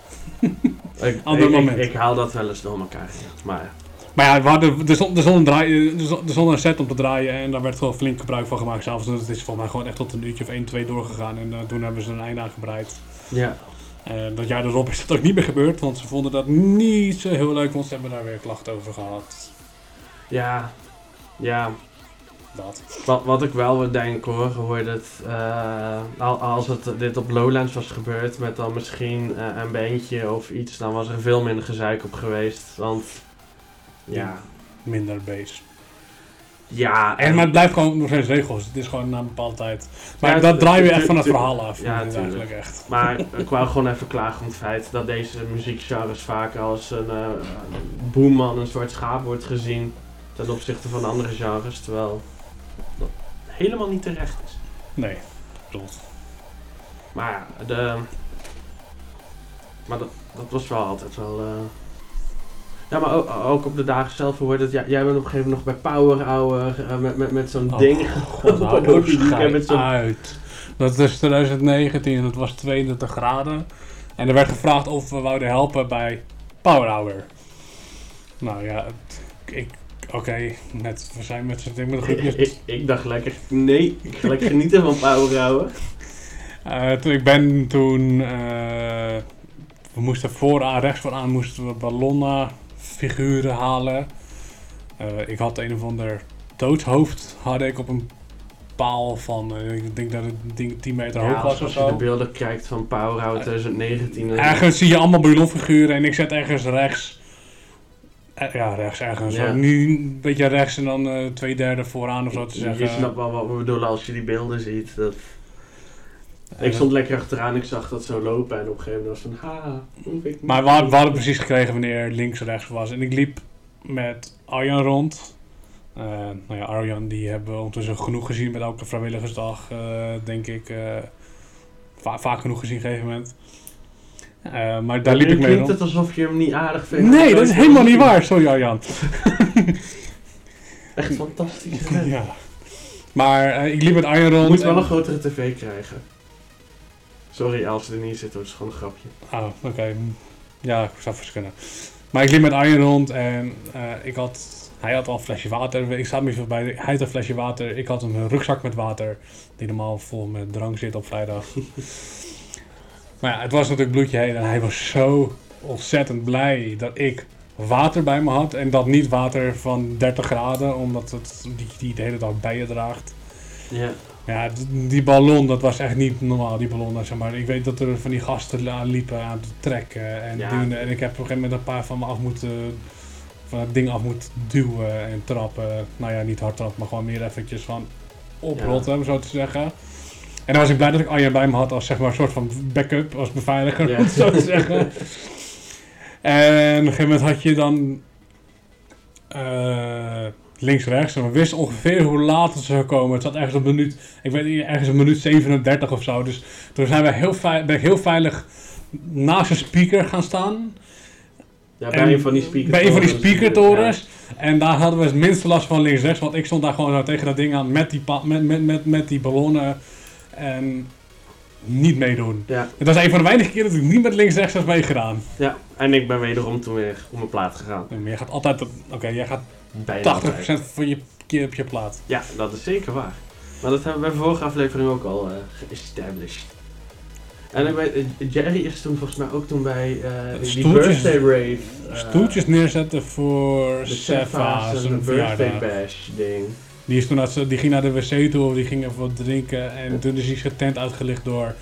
ik, Ander ik, moment. Ik, ik haal dat wel eens door elkaar. Ja. Maar ja. Maar ja, we hadden, er, stond, er, stond een draai, er, stond, er stond een set om te draaien en daar werd gewoon flink gebruik van gemaakt zelfs. Dus het is volgens mij gewoon echt tot een uurtje of één, twee doorgegaan en uh, toen hebben ze een einde aangebreid. Ja. En dat jaar erop is dat ook niet meer gebeurd, want ze vonden dat niet zo heel leuk, want ze hebben daar weer klachten over gehad. Ja. Ja. Dat. Wat, wat ik wel would denken hoor, hoor dat uh, al- als het dit op Lowlands was gebeurd met dan misschien uh, een bandje of iets, dan was er veel minder gezeik op geweest. Want ja, Minder base. ja, En, maar het blijft gewoon nog steeds regels, het is gewoon na een bepaalde tijd. Maar Ja, dat tu- draaien we tu- echt van het tu- verhaal af, ja, vind ik tuurlijk. eigenlijk echt. Maar ik wou gewoon even klagen om het feit dat deze muziekgenres vaak als een uh, boeman, een soort schaap wordt gezien ten opzichte van andere genres, terwijl dat helemaal niet terecht is. Nee, klopt. Maar ja, de, maar dat, dat was wel altijd wel... Uh, ja, maar ook, ook op de dagen zelf hoorde het, ja, jij bent op een gegeven moment nog bij Power Hour uh, met, met, met zo'n Oh, ding. God, Op hou een er weekend met zo'n- uit. Dat is twintig negentien en het was tweeëndertig graden. En er werd gevraagd of we wouden helpen bij Power Hour. Nou ja, het- ik... Oké, okay, net, we zijn met z'n met een groepje. ik, ik dacht lekker, nee, ik ga lekker genieten van Power Hour. Uh, toen, ik ben toen... Uh, we moesten vooraan, rechts vooraan moesten we ballonnen figuren halen. Uh, ik had een of ander doodshoofd had ik op een paal van, uh, ik denk dat het ding tien meter Ja, hoog was als, of als je de zo. beelden kijkt van Power Hour twintig negentien. dan- Ergens zie je allemaal ballonfiguren en ik zet ergens rechts. Uh, ja, rechts ergens. Ja. Zo. Nu een beetje rechts en dan uh, twee derde vooraan of zo te zeggen. Je snapt wel wat we bedoelen als je die beelden ziet. Dat... En Ik stond lekker achteraan, ik zag dat zo lopen en op een gegeven moment was van, ha, hoef ik niet. Maar we hadden, we hadden precies gekregen wanneer links rechts was. En ik liep met Arjan rond. Uh, nou ja, Arjan die hebben we ondertussen genoeg gezien met elke vrijwilligersdag, uh, denk ik. Uh, va- vaak genoeg gezien op een gegeven moment. Uh, maar daar liep ik mee klinkt rond. het alsof je hem niet aardig vindt. Nee, dat is helemaal niet waar. Sorry Arjan. Echt fantastisch. Ja. Maar uh, ik liep met Arjan Je rond. moet wel en- een grotere tv krijgen. Sorry als ze er niet zit, hoor, het is gewoon een grapje. Oh, oké. Okay. Ja, ik zou vast kunnen. Maar ik liep met Arjen rond en uh, ik had... Hij had al een flesje water. Ik sta me voorbij. Hij had een flesje water. Ik had een rugzak met water. Die normaal vol met drank zit op vrijdag. Maar ja, het was natuurlijk bloedje heen en hij was zo ontzettend blij dat ik water bij me had. En dat niet water van dertig graden, omdat het die, die de hele dag bij je draagt. Ja. Ja, die ballon, dat was echt niet normaal, die ballon. Zeg maar. Ik weet dat er van die gasten aan liepen aan het trekken en Ja. doen. En ik heb op een gegeven moment een paar van me af moeten, van het ding af moeten duwen en trappen. Nou ja, niet hard trappen, maar gewoon meer eventjes van oprotten, Ja. om zo te zeggen. En dan was ik blij dat ik Anja bij me had als zeg maar een soort van backup, als beveiliger, Ja. om het zo te zeggen. En op een gegeven moment had je dan uh, links-rechts. En we wisten ongeveer hoe laat het zou komen. Het zat ergens een minuut, ik weet niet, ergens een minuut zevenendertig of zo. Dus toen zijn we heel veilig, ben ik heel veilig naast een speaker gaan staan. Ja, bij een van die speakertorens. Bij een van die speakertorens. Ja. En daar hadden we het minste last van links-rechts. Want ik stond daar gewoon zo tegen dat ding aan met die, pa- met, met, met, met die ballonnen. En niet meedoen. Ja. Het was een van de weinige keren dat ik niet met links-rechts heb meegedaan. Ja, en ik ben wederom toen weer op mijn plaat gegaan. Maar jij gaat altijd, oké, okay, jij gaat Bijna tachtig procent van je keer op je plaat. Ja, dat is zeker waar. Maar dat hebben we bij de vorige aflevering ook al uh, geestablished. En ik weet, Jerry is toen volgens mij ook toen bij uh, die Stoeltjes- birthday rave. uh, Stoeltjes neerzetten voor de Sefa, Sefa's en de zijn birthday verjaardag. bash ding. Die, is toen uit, z'n- die ging naar de wc toe, of die ging even wat drinken. En toen is die zijn tent uitgelicht door,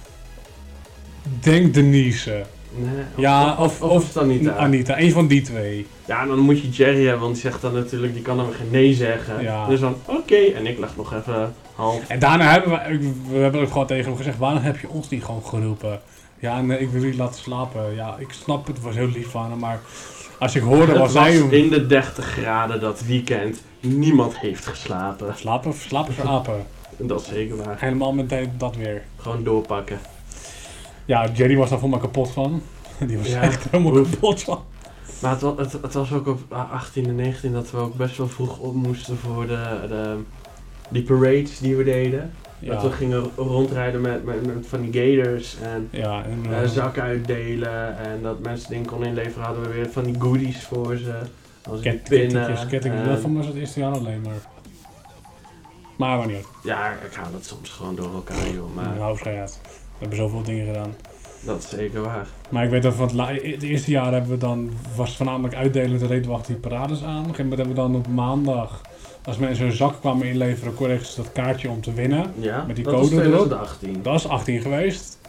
denk Denise. Nee, of, Ja, of, of- of, of is het Anita? Anita, een van die twee. Ja, dan moet je Jerry hebben, want die zegt dan natuurlijk, die kan dan geen nee zeggen. Ja. Dus dan, oké, en ik lag nog even half. En daarna hebben we, ik- we hebben ook gewoon tegen hem gezegd, waarom heb je ons niet gewoon geroepen? Ja, nee, ik wil jullie laten slapen. Ja, ik snap het, het was heel lief van hem, maar als ik hoorde Het wat was zij... in de dertig graden dat weekend. Niemand heeft geslapen. Slapen, slapen voor apen. En dat is zeker waar. Helemaal met dat weer. Gewoon doorpakken. Ja, Jerry was daar voor mij kapot van. Die was Ja. echt helemaal Hoe- kapot van. Maar het, wa- het, het was ook op achttien en negentien dat we ook best wel vroeg op moesten voor de, de, die parades die we deden. Dat we Ja, gingen rondrijden met, met, met van die gators en ja en, uh, uh, zakken uitdelen. En dat mensen dingen konden inleveren, hadden we weer van die goodies voor ze. Als die ket, pinnen. kettingjes, kettingjes. en- Dat vond ik het eerste jaar alleen maar. Maar maar niet uit. Ja, ik haal het soms gewoon door elkaar joh, maar Nou, schijt. We hebben zoveel dingen gedaan. dat is zeker waar. Maar ik weet dat van het, la- het eerste jaar hebben we dan, was het voornamelijk uitdelen, toen reden we achter die parades aan. Op een gegeven moment hebben we dan op maandag, als mensen hun zak kwamen inleveren, kregen ze dat kaartje om te winnen. Ja, Met die dat code was erop. twintig achttien. Dat is achttien geweest.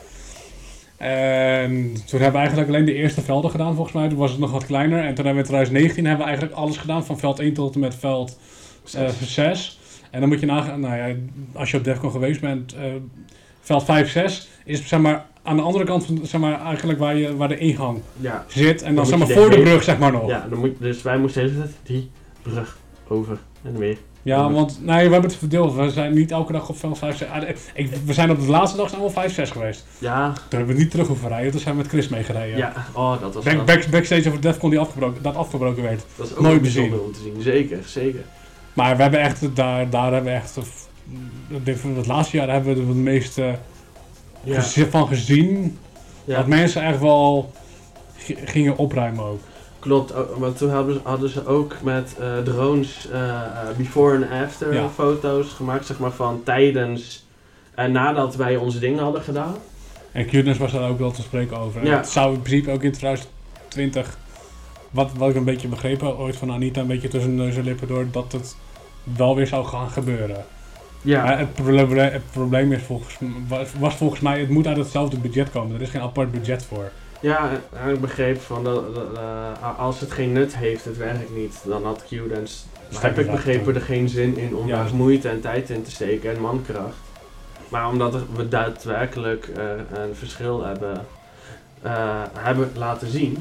En toen hebben we eigenlijk alleen de eerste velden gedaan volgens mij. Toen was het nog wat kleiner. En toen hebben we in twintig negentien hebben we eigenlijk alles gedaan. Van veld één tot en met veld uh, zes. En dan moet je nagaan, nou ja, als je op Defcon geweest bent, uh, veld vijf, zes is zeg maar aan de andere kant van, zeg maar eigenlijk waar, je, waar de ingang Ja, zit. En dan, Dan zeg moet maar je voor de erheen. brug zeg maar nog. ja dan moet, dus wij moesten de hele tijd die brug over en weer. Ja, want nee, we hebben het verdeeld. We zijn niet elke dag op veld vijf, zes. Ah, ik, we zijn op de laatste dag zijn we al vijf, zes geweest. Ja, Toen hebben we niet terug hoeven rijden. Toen zijn we met Chris meegereden. ja, oh dat was Back, wel- back, backstage over Defcon die afgebroken, dat afgebroken werd. dat is ook nooit bijzonder om te zien. Zeker, zeker. Maar we hebben echt, daar, daar hebben we echt, eh, ik denk van het laatste jaar hebben we er het meeste Ja, gezi- van gezien. ja. Dat mensen echt wel g- gingen opruimen ook. Klopt, oh, want toen hadden ze, hadden ze ook met eh, drones eh, eh, before en after Ja. foto's gemaakt, zeg maar van tijdens en nadat wij onze dingen hadden gedaan. En Cuteness was daar ook wel te spreken over. En Ja. het zou in principe ook in twintig twintig, wat, wat ik een beetje begrepen had ooit van Anita, een beetje tussen neus en lippen door, dat het wel weer zou gaan gebeuren. Ja, Maar het, probleem, het probleem is volgens, was, was volgens mij, het moet uit hetzelfde budget komen. Er is geen apart budget voor. ja en ik begreep van dat, dat, eh, als het geen nut heeft, het werkt niet, dan had Q-Dance, heb ik begrepen, er geen zin in om Ja. daar moeite en tijd in te steken en mankracht. Maar omdat er- we daadwerkelijk eh, een verschil hebben, eh, hebben laten zien,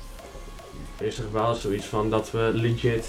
is er wel zoiets van dat we legit,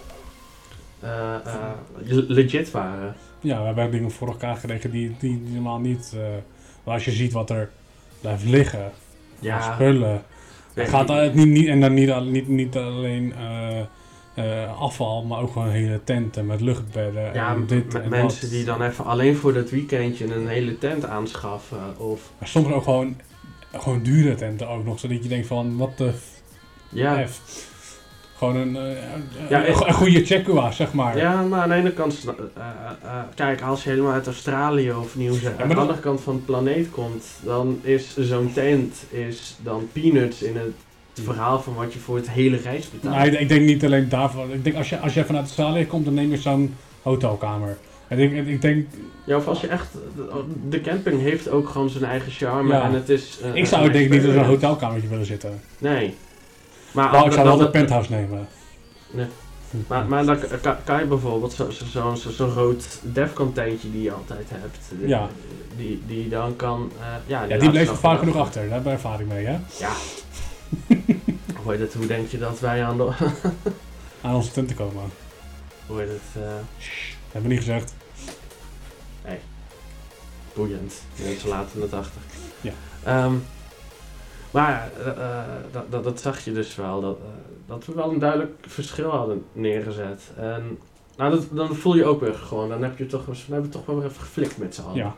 eh, eh, legit waren. Ja, we hebben dingen voor elkaar gekregen die, die, die normaal niet. Uh, maar als je ziet wat er blijft liggen, Ja, van spullen. Het gaat uit, niet, niet, en dan niet, al- niet, niet alleen uh, uh, afval, maar ook gewoon hele tenten met luchtbedden. ja, en dit met en mensen dat. die dan even alleen voor dat weekendje een hele tent aanschaffen. Of, Maar soms ook gewoon, gewoon dure tenten ook nog, zodat je denkt van, wat de ja, F. Gewoon een, uh, Ja, een, een goede Chekua, zeg maar. Ja, maar aan de ene kant, uh, uh, uh, kijk, als je helemaal uit Australië of Nieuw-Zeeland Ja, aan de dat... andere kant van de planeet komt, dan is zo'n tent is dan peanuts in het verhaal van wat je voor het hele reis betaalt. Nou, ik denk niet alleen daarvan. Ik denk als je, als je vanuit Australië komt, dan neem je zo'n hotelkamer. En ik, ik denk... Ja, of als je echt... De camping heeft ook gewoon zijn eigen charme Ja. en het is... Uh, ik zou denk ik niet in zo'n hotelkamertje willen zitten. Nee. Maar nou, ik zou wel dat, een penthouse nemen. Nee. Maar, maar dan kan, kan je bijvoorbeeld zo'n zo, zo, zo, zo rood Defcon tentje die je altijd hebt, die, ja. die, die dan kan... Uh, ja, die, ja, die bleef er vaak genoeg achter, daar heb ik ervaring mee, hè? Ja. Hoe heet het, hoe denk je dat wij aan de... aan onze tent te komen? Hoe heet het? Uh... Shh, dat hebben we niet gezegd. Nee. Boeiend. Mensen laten het achter. Ja. Um, maar uh, uh, dat, dat, dat zag je dus wel, dat, uh, dat we wel een duidelijk verschil hadden neergezet. En nou, dat, dan voel je ook weer gewoon, dan heb je toch, we hebben toch wel weer even geflikt met z'n allen. Ja.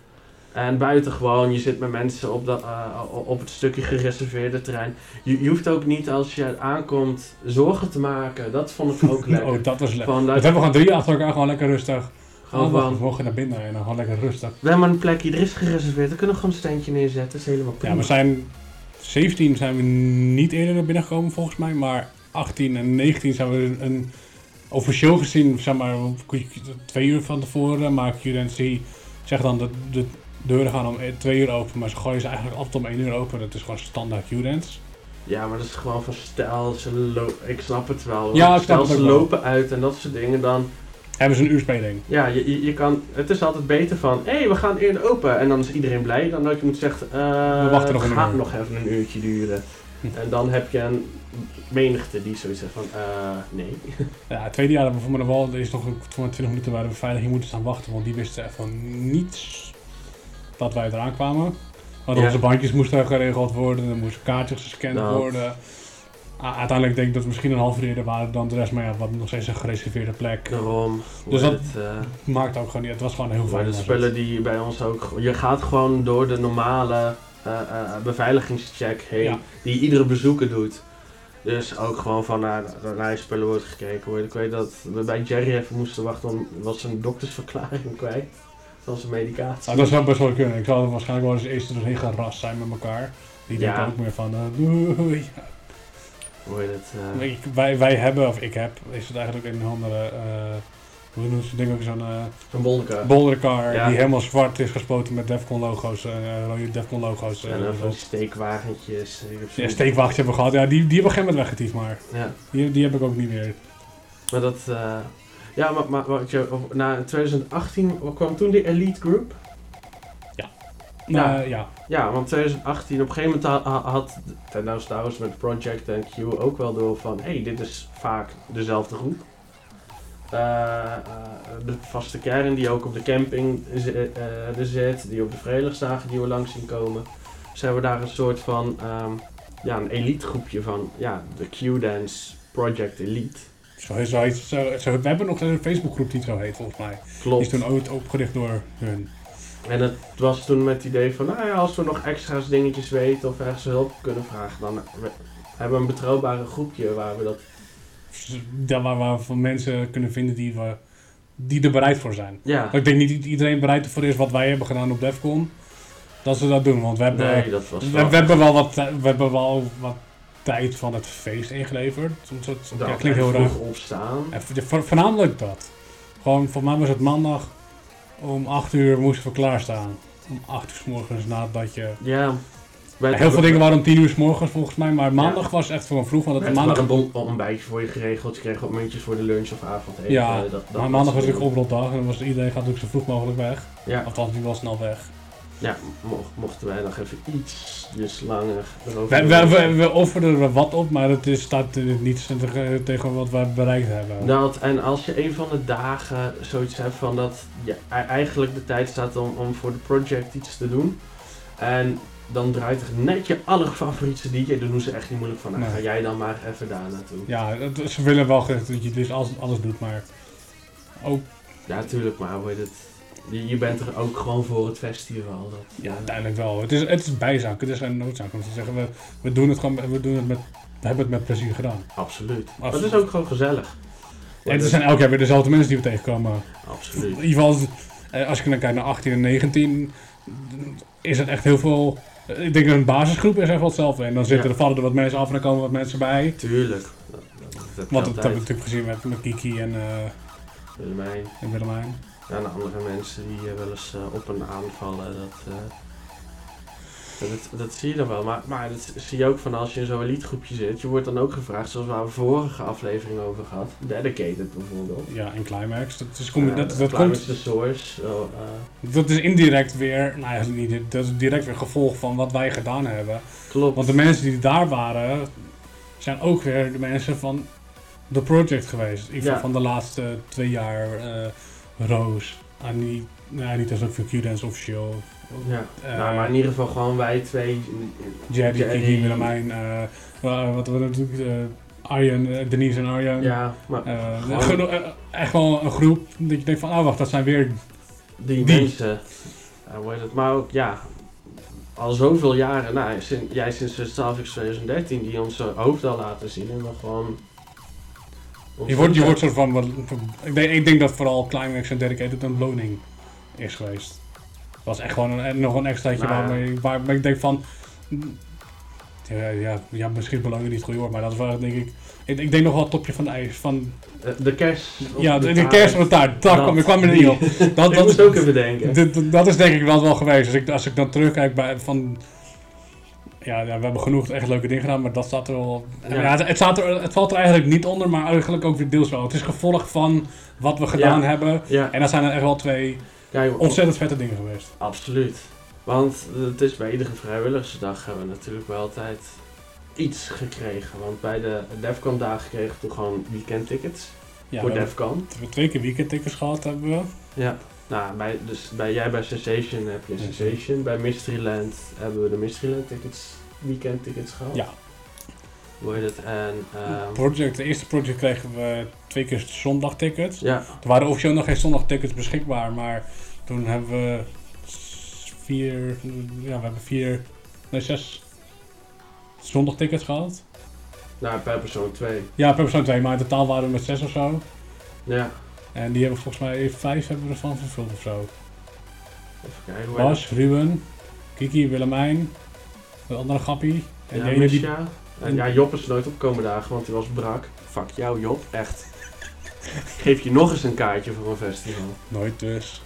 En buiten gewoon, je zit met mensen op, dat, uh, op het stukje gereserveerde terrein. Je, je hoeft ook niet als je aankomt zorgen te maken, dat vond ik ook lekker. Oh, dat was lekker. Van, dat hebben we gewoon drie achter elkaar gewoon lekker rustig. Gewoon oh, van, we mogen naar binnen en dan gewoon lekker rustig. We hebben een plekje, er is gereserveerd, dan kunnen we gewoon een standje neerzetten, dat is helemaal prima. Ja, we zijn... zeventien zijn we niet eerder naar binnen gekomen volgens mij, maar achttien en negentien zijn we een, een officieel gezien, zeg maar, twee uur van tevoren, maar Q D C zegt dan dat de deuren gaan om twee uur open, maar ze gooien ze eigenlijk altijd om één uur open, dat is gewoon standaard Q-Dance. Ja, maar dat is gewoon van stel, ze lopen, ik snap het wel, ja, ik stel snap ze het wel. lopen uit en dat soort dingen, dan... Hebben ze een uur speling. Ja, je, je, je kan, het is altijd beter van, hé, hey, we gaan eerder open en dan is iedereen blij, dan dat je moet zeggen, uh, we wachten nog het een gaat uur. nog even een uurtje duren. Hm. En dan heb je een menigte die zoiets zegt van, uh, nee. Ja, het tweede jaar dat we voor de wal, er is nog een twintig minuten waar we veilig hier moeten staan wachten, want die wisten echt van niets dat wij eraan kwamen. Want Ja. onze bandjes moesten geregeld worden, er moesten kaartjes gescand Dat. worden. Uh, uiteindelijk denk ik dat we misschien een half uur eerder waren dan de rest, maar ja, we hadden nog steeds een gereserveerde plek. Daarom. Dus hoe dat heet het, uh, maakt ook gewoon niet, het was gewoon heel maar fijn. de was spullen het. die bij ons ook, je gaat gewoon door de normale uh, uh, beveiligingscheck heen, Ja. die iedere bezoeker doet. Dus ook gewoon van naar, naar je spullen wordt gekeken. Ik weet dat we bij Jerry even moesten wachten, want er was een doktersverklaring kwijt van zijn medicatie. Ah, dat zou best wel kunnen. Ik zou waarschijnlijk wel eens eerst erheen gerast zijn met elkaar. Die Ja. denken ook meer van, uh, doei. Hoe heet het? Uh, Ik, wij, wij hebben, of ik heb, is het eigenlijk ook een andere, uh, hoe noemen ze denk ik zo'n uh, Van Boldercar. boldercar Ja. die helemaal zwart is gespoten met Defcon logo's, uh, rode Defcon logo's. Uh, En dan van uh, die steekwagentjes. Ik heb zo'n- ja, steekwagentjes hebben we gehad. Ja, die, die hebben we geen moment weggetiefd, maar Ja, die, die heb ik ook niet meer. maar dat... Uh, ja, maar, maar wat je, of- na twintig achttien kwam toen de Elite Group. Ja. Uh, ja. Ja, want twintig achttien, op een gegeven moment ha- ha- had Ten Star Wars met Project en Q ook wel door van, hé, hey, dit is vaak dezelfde groep. Uh, uh, de vaste kern die ook op de camping zi- uh, er zit, die op de vrijwilligersdagen die we langs zien komen. Dus hebben we daar een soort van, um, ja, een elite groepje van, ja, de Q-Dance Project Elite. Zo, zo, zo, zo, we hebben nog een Facebookgroep die het zo heet volgens mij. Klopt. Die is toen ooit opgericht door hun. En het was toen met het idee van, nou ja, als we nog extra's dingetjes weten of ergens hulp kunnen vragen, dan we- hebben we een betrouwbare groepje waar we dat... Daar waar we van mensen kunnen vinden die, we, die er bereid voor zijn. Ja, Ik denk niet dat iedereen bereid ervoor is wat wij hebben gedaan op Defcon. Dat ze dat doen, want we hebben, nee, dat was we, wel... we hebben wel wat, tij- we hebben wel wat tijd van het feest ingeleverd. Soms het, dat ja, klinkt heel vroeg raar. opstaan. En vo- vo- voornamelijk dat. Gewoon, voor mij was het maandag om acht uur moesten we klaarstaan. Om acht uur 's morgens nadat je... Ja. Bij Ja, heel veel dingen waren om tien uur 's morgens volgens mij, maar maandag Ja. was echt gewoon vroeg. Want het Het maandag, maandag een bon- ontbijtje voor je geregeld, je kreeg ook muntjes voor de lunch of avondeten. ja, dat, dat maar maandag was soort ik oproldag en dan was iedereen gaat natuurlijk zo vroeg mogelijk weg. Ja, Althans, die was snel weg. ja mo- mochten wij nog even ietsjes langer erover We, doen. we, we, we offerden er wat op, maar het is, staat uh, niet tegen, tegen wat wij bereikt hebben. Dat, en als je een van de dagen zoiets hebt van dat je e- eigenlijk de tijd staat om, om voor de project iets te doen. En dan draait er net je allerfavoriete D J, dan doen ze echt niet moeilijk van, nou, Nee. ga jij dan maar even daar naartoe. Ja, het- ze willen wel graag dat je dus alles, alles doet, maar ook, Ja, tuurlijk, maar hoe heet het? Je, je bent er ook gewoon voor het festival. Dat, ja, uiteindelijk wel. Het is, het is bijzaak, het is geen noodzaak om te zeggen, we, we doen het gewoon, we doen het met we hebben het met plezier gedaan. Absoluut. Absoluut. Dat is ook gewoon gezellig. En het zijn elk jaar weer dezelfde mensen die we tegenkomen. Absoluut. In ieder geval, als je dan kijkt naar achttien en negentien, is het echt heel veel... Ik denk dat een basisgroep is echt wel hetzelfde. En dan zitten Ja. er, vallen er wat mensen af en dan komen wat mensen bij. Tuurlijk. Dat, dat, dat heb je Want dat altijd. hebben we natuurlijk gezien met, met Kiki en, uh, Willemijn. en Willemijn. Ja, en andere mensen die uh, wel eens uh, op en aanvallen. Dat, uh, dat, dat zie je dan wel. Maar, maar dat zie je ook van als je in zo'n elite groepje zit. Je wordt dan ook gevraagd, zoals waar we vorige aflevering over gehad. Dedicated bijvoorbeeld. Ja, en Climax. Dat is, kom, Uh, dat, dat, Climax komt, the Source. So, uh, dat is indirect weer, nou eigenlijk niet, dat is direct weer gevolg van wat wij gedaan hebben. klopt. Want de mensen die daar waren, zijn ook weer de mensen van The Project geweest. In ieder geval Ja. van de laatste twee jaar. Uh, Roos, Annie, nou niet als ook voor Q-Dance officieel. Ja, Uh, nou, maar in ieder geval gewoon wij twee. Jerry, Jerry. Kiki, Willemijn, uh, wa- wat we natuurlijk, uh, Arjen, uh, Denise en Arjen. Ja, maar Uh, gewoon- geno- uh, echt wel een groep dat je denkt van, oh wacht, dat zijn weer... die, die. mensen. Uh, hoe heet het? Maar ook, ja, al zoveel jaren. Nou, sinds, jij sinds Starfix twintig dertien die ons uh, hoofd al laten zien en dan gewoon. ons Je wordt, je hoofd- wordt soort van, wat- ik denk, ik denk dat vooral Climax en Dedicated een beloning is geweest. Dat was echt gewoon een, nog een extraatje Nou ja. waarmee, waarmee ik denk van... Ja, ja, ja, misschien beloning niet het goede woord, maar dat is wel denk ik... Ik, ik denk nog wel het topje van de ijs. Van, Uh, de kerst. op ja, de, de taart. kerst van de taart. Daar kwam, ik kwam er niet op. Dat, Ik dat, moest ook even denken. dit- dat- dat is denk ik wel, wel geweest. Als ik, als ik dan terugkijk bij van... Ja, ja, we hebben genoeg echt leuke dingen gedaan, maar dat staat er wel... Ja. Ja. het, het, staat er, het valt er eigenlijk niet onder, maar eigenlijk ook weer deels wel. Het is gevolg van wat we gedaan Ja. hebben. Ja, En dat zijn er echt wel twee kijk, ontzettend vette dingen geweest. absoluut. Want het is bij iedere vrijwilligersdag hebben we natuurlijk wel altijd iets gekregen. Want bij de Defcon dagen kregen we toen gewoon weekendtickets Ja, voor we, hebben, Defcon. we hebben twee keer weekendtickets gehad, hebben we. Ja. Nou, bij, dus bij, jij bij Sensation heb je Mhm. Sensation. Bij Mysteryland hebben we de Mysteryland tickets, weekend tickets gehad. Ja. Hoe heet het? En, ehm, Project, de eerste project kregen we twee keer zondagtickets. ja, Er waren officieel nog geen zondagtickets beschikbaar, maar toen hebben we s- vier, ja, we hebben vier, nee zes zondagtickets gehad. nou per persoon twee. Ja, per persoon twee, maar in totaal waren we met zes of zo. Ja, En die hebben volgens mij vijf hebben we ervan vervuld of zo. even kijken. Hoe heet Bas, Ruben, Kiki, Willemijn, de andere grappie. het? En Ja, die ene die... Misha. En ja, Job is nooit opkomen dagen, want die was brak. Fuck jou Job, echt. Ik geef je nog eens een kaartje voor een festival. Nooit dus.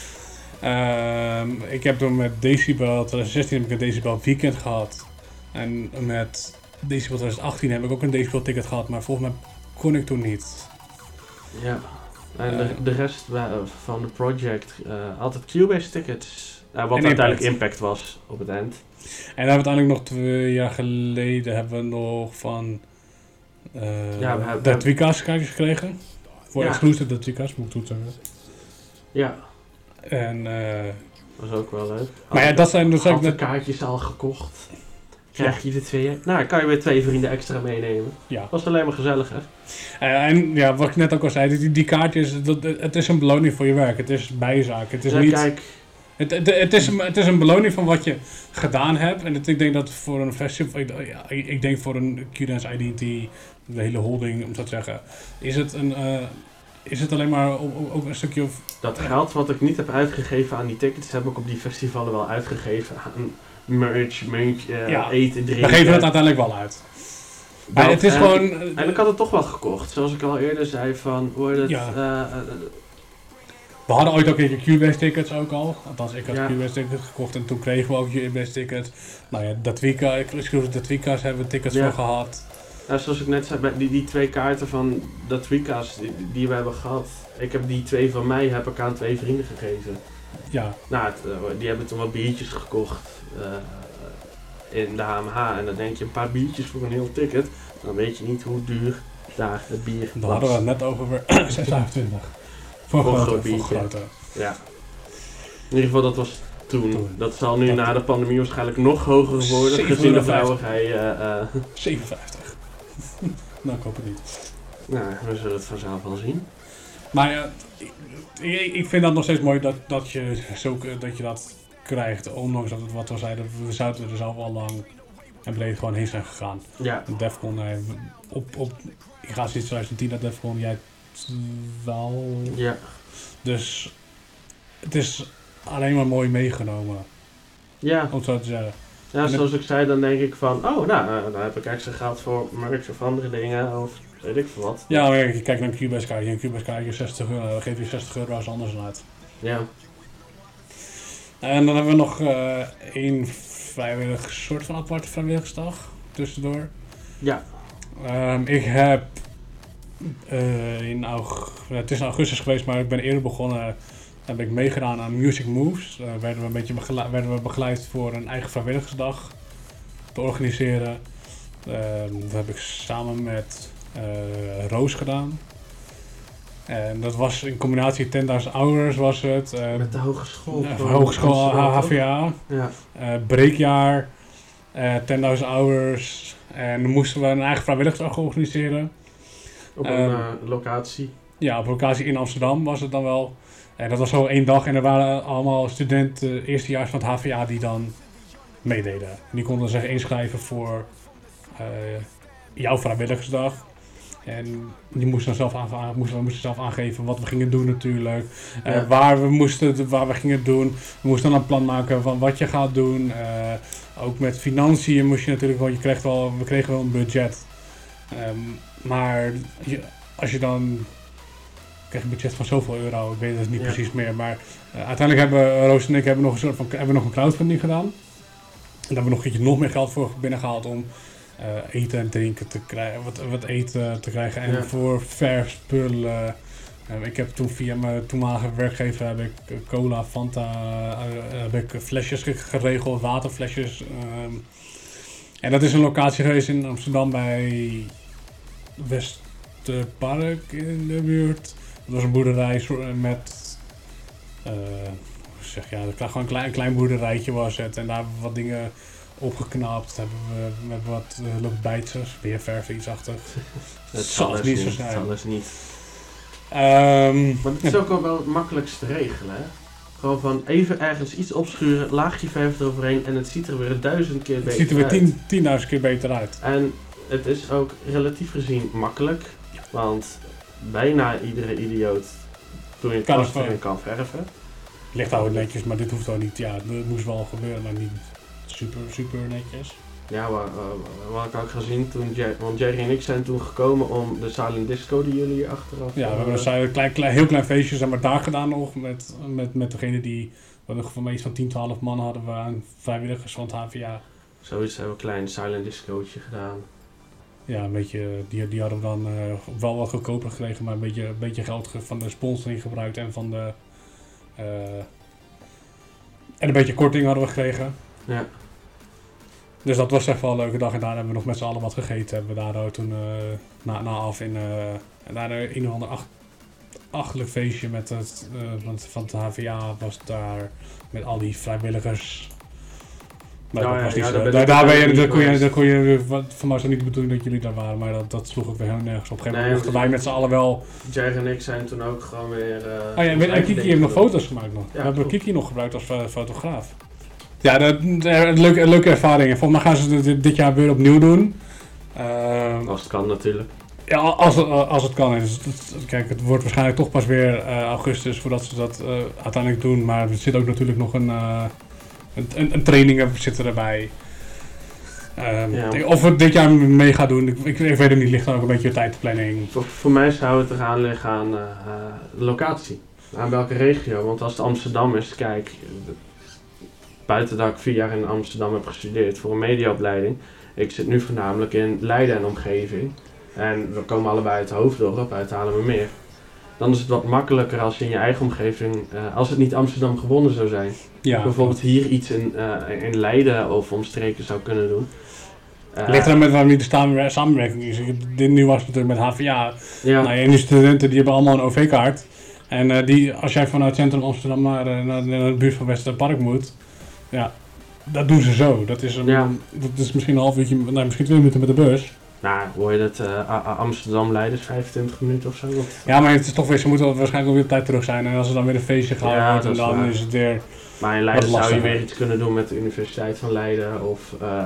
Ehm, ik heb toen met Decibel twintig zestien heb ik een Decibel weekend gehad. En met Decibel twintig achttien heb ik ook een Decibel ticket gehad, maar volgens mij kon ik toen niet. Ja. En de, Eh. de rest wa- van de project, eh, altijd Cubase tickets. Nou, wat En uiteindelijk Impact. impact was op het eind. En dan hebben we uiteindelijk nog twee jaar geleden hebben we nog van uh, Ja, we hebben- de Twika's kaartjes gekregen. Voor Ja. exclusive de Twika's, moet ik toetsen. Ja, En, eh, was ook wel leuk. maar ja, dat zijn dus ook Had de net... kaartjes al gekocht. Krijg je de twee? Nou, kan je weer twee vrienden extra meenemen. Ja. Was alleen maar gezellig, hè? Eh, en ja, wat ik net ook al zei, die, die kaartjes, dat, het is een beloning voor je werk. Het is bijzaak. Het is Ja, niet... kijk, Het, het, het, is, een- het is een beloning van wat je gedaan hebt. En het, ik denk dat voor een festival, ik, ja, ik ik denk voor een Q-Dance Identity, de hele holding, om zo te zeggen, is het, een, eh, is het alleen maar ook, ook een stukje of... dat geld wat ik niet heb uitgegeven aan die tickets, heb ik op die festivalen wel uitgegeven aan merch, merch, eh, Ja, eten, drinken. We geven het uiteindelijk wel uit. Maar Dat, het is en- gewoon... eh, En ik had het toch wel gekocht, zoals ik al eerder zei van, hoe heet het, Ja. eh, eh, We hadden ooit ook een keer Cubase tickets ook al. Althans, ik had Ja. Cubase tickets gekocht en toen kregen we ook Cubase tickets. Nou ja, dat Twika, exclusive de Twika's hebben we tickets Ja. voor gehad. nou, zoals ik net zei, bij die, die twee kaarten van de Twika's die, die we hebben gehad, ik heb die twee van mij heb ik aan twee vrienden gegeven. Ja, Nou, het, eh, die hebben toen wat biertjes gekocht eh, in de H M H. En dan denk je een paar biertjes voor een heel ticket. Dan weet je niet hoe duur daar het bier daar was. hadden we het net over zes vijfentwintig. Voor Voor een een grote, groot voor biertje. grote. Ja. In ieder geval, dat was toen. Toen. Dat zal nu Dat- na de pandemie waarschijnlijk nog hoger worden. Gezien de zevenhonderdvijftig. vrouwigheid. eh eh zevenenvijftig. Nou, ik hoop het niet. nou, we zullen het vanzelf wel zien. Maar ja, ik, ik- ik vind dat nog steeds mooi dat, dat, je, zo, dat je dat krijgt. Ondanks dat het wat we zeiden, we zouden er zelf al lang en beneden gewoon heen zijn gegaan. Ja. En Defcon, uh, op, op, ik ga sinds twintig tien naar Defcon, jij wel. Ja. Dus het is alleen maar mooi meegenomen. Ja. Om het zo te zeggen. Ja, zoals ik zei, dan denk ik van, oh, nou, uh, dan heb ik extra geld voor merch of andere dingen, of weet ik veel wat. Ja, maar je kijkt naar een Cubase kaartje, een Cubase kaartje zestig euro, dan geef je zestig euro als anders dan uit. Ja. En dan hebben we nog uh, één vrijwillig soort van aparte vrijwilligersdag tussendoor. Ja. Um, ik heb uh, in augustus, het is in augustus geweest, maar ik ben eerder begonnen. Dan heb ik meegedaan aan Music Moves. Daar uh, werden we een beetje begeleid, werden we begeleid voor een eigen vrijwilligersdag te organiseren. Uh, dat heb ik samen met uh, Roos gedaan. En dat was in combinatie tienduizend Hours was het. Uh, met de hogeschool. Uh, hogeschool H V A. Ja. Uh, breekjaar. Uh, tienduizend Hours. En dan moesten we een eigen vrijwilligersdag organiseren. Op een uh, locatie. Ja, op locatie in Amsterdam was het dan wel. En dat was zo één dag en er waren allemaal studenten, eerstejaars van het H V A die dan meededen. En die konden zich inschrijven voor uh, jouw vrijwilligersdag. En die moesten dan zelf, aan, moesten, we moesten zelf aangeven wat we gingen doen natuurlijk. Uh, ja. waar, we moesten, waar we gingen doen. We moesten dan een plan maken van wat je gaat doen. Uh, ook met financiën moest je natuurlijk wel, je kreeg wel, we kregen wel een budget. Um, maar je, als je dan... Ik kreeg een budget van zoveel euro, ik weet het niet ja. precies meer. Maar uh, uiteindelijk hebben Roos en ik hebben nog, een soort van, hebben nog een crowdfunding gedaan. En daar hebben we nog een keertje nog meer geld voor binnengehaald om uh, eten en drinken te krijgen, wat, wat eten te krijgen. En ja. voor verspullen. Uh, ik heb toen via mijn toenmalige werkgever heb ik uh, cola, Fanta, uh, heb ik flesjes geregeld, waterflesjes. Uh, en dat is een locatie geweest in Amsterdam bij Westerpark in de buurt. Dat was een boerderij met, uh, zeg ja, gewoon een klein, klein boerderijtje was het. En daar hebben we wat dingen opgeknapt. Hebben we met wat uh, loopbijters, weerverf, iets achter. Dat zal niet zo zijn. Dat zal niet. Um, maar het is ook wel het makkelijkst te regelen, hè? Gewoon van even ergens iets opschuren, laagje verf eroverheen en het ziet er weer duizend keer beter uit. Het ziet er weer tien, tienduizend keer beter uit. En het is ook relatief gezien makkelijk, ja. Want bijna iedere idioot toen je het kast erin kan verven. Ligt al netjes, maar dit hoeft ook niet. Ja, het moest wel gebeuren, maar niet super, super netjes. Ja, maar, uh, wat ik ook gezien toen, Jerry, want Jerry en ik zijn toen gekomen om de Silent Disco die jullie achteraf... Ja, we hebben een klein, klein, heel klein feestje zeg maar, daar gedaan nog met, met, met degene die... We hadden van iets van tien, twaalf man hadden we aan vrijwilligers van het H V A. Zoiets hebben we een klein Silent Discootje gedaan. Ja, een beetje, die, die hadden we dan uh, wel wat goedkoper gekregen, maar een beetje, een beetje geld van de sponsoring gebruikt en van de... Uh, en een beetje korting hadden we gekregen. Ja. Dus dat was echt wel een leuke dag en daar hebben we nog met z'n allen wat gegeten. Hebben we daar toen uh, na, na af in uh, en daar een of ander acht, achtelijk feestje met het, uh, want van het H V A was daar met al die vrijwilligers. Maar ja, dat was ja, niet ja, zo. Daar, daar ben je, daar kon je, daar kon je, wat, voor mij was het niet de bedoeling dat jullie daar waren, maar dat, dat sloeg ook weer helemaal nergens op. Op een gegeven moment mochten wij met z'n allen wel... Jerry en ik zijn toen ook gewoon weer... Uh, oh ja, en Kiki heeft nog foto's gemaakt nog. Ja, we hebben Kiki nog gebruikt als uh, fotograaf. Ja, dat, een leuke, leuke ervaring. En volgens mij gaan ze dit, dit jaar weer opnieuw doen. Uh, als het kan natuurlijk. Ja, als, als het kan. Dus, kijk, het wordt waarschijnlijk toch pas weer uh, augustus voordat ze dat uh, uiteindelijk doen. Maar er zit ook natuurlijk nog een, uh, een, een, een training zit erbij. Um, ja. Of we dit jaar mee gaan doen, ik, ik, ik weet het niet, ligt dan ook een beetje tijdplanning. Voor, voor mij zou het eraan liggen aan uh, de locatie. Aan welke regio. Want als het Amsterdam is, kijk... Buiten dat ik vier jaar in Amsterdam heb gestudeerd voor een mediaopleiding. Ik zit nu voornamelijk in Leiden en omgeving. En we komen allebei uit Hoofddorp, uit Haarlemmermeer. Dan is het wat makkelijker als je in je eigen omgeving, uh, als het niet Amsterdam gewonnen zou zijn. Ja, bijvoorbeeld hier iets in, uh, in Leiden of omstreken zou kunnen doen. Uh, Ligt er met waarom niet de samenwerking is. Dit nu was het natuurlijk met H V A. Ja. Nou, en die studenten die hebben allemaal een O V-kaart. En uh, die, als jij vanuit centrum Amsterdam naar, uh, naar, naar de buurt van Westerpark moet... Ja, dat doen ze zo. Dat is, een, ja. dat is misschien een half uurtje, nou, misschien twee minuten met de bus. Nou, hoor je dat uh, Amsterdam-Leiden is vijfentwintig minuten of zo? Of? Ja, maar het is toch weer, ze moeten waarschijnlijk ook weer op tijd terug zijn. En als er dan weer een feestje gehouden ja, wordt, en dan waar. Is het weer... Maar in Leiden zou je weer iets kunnen doen met de Universiteit van Leiden of uh,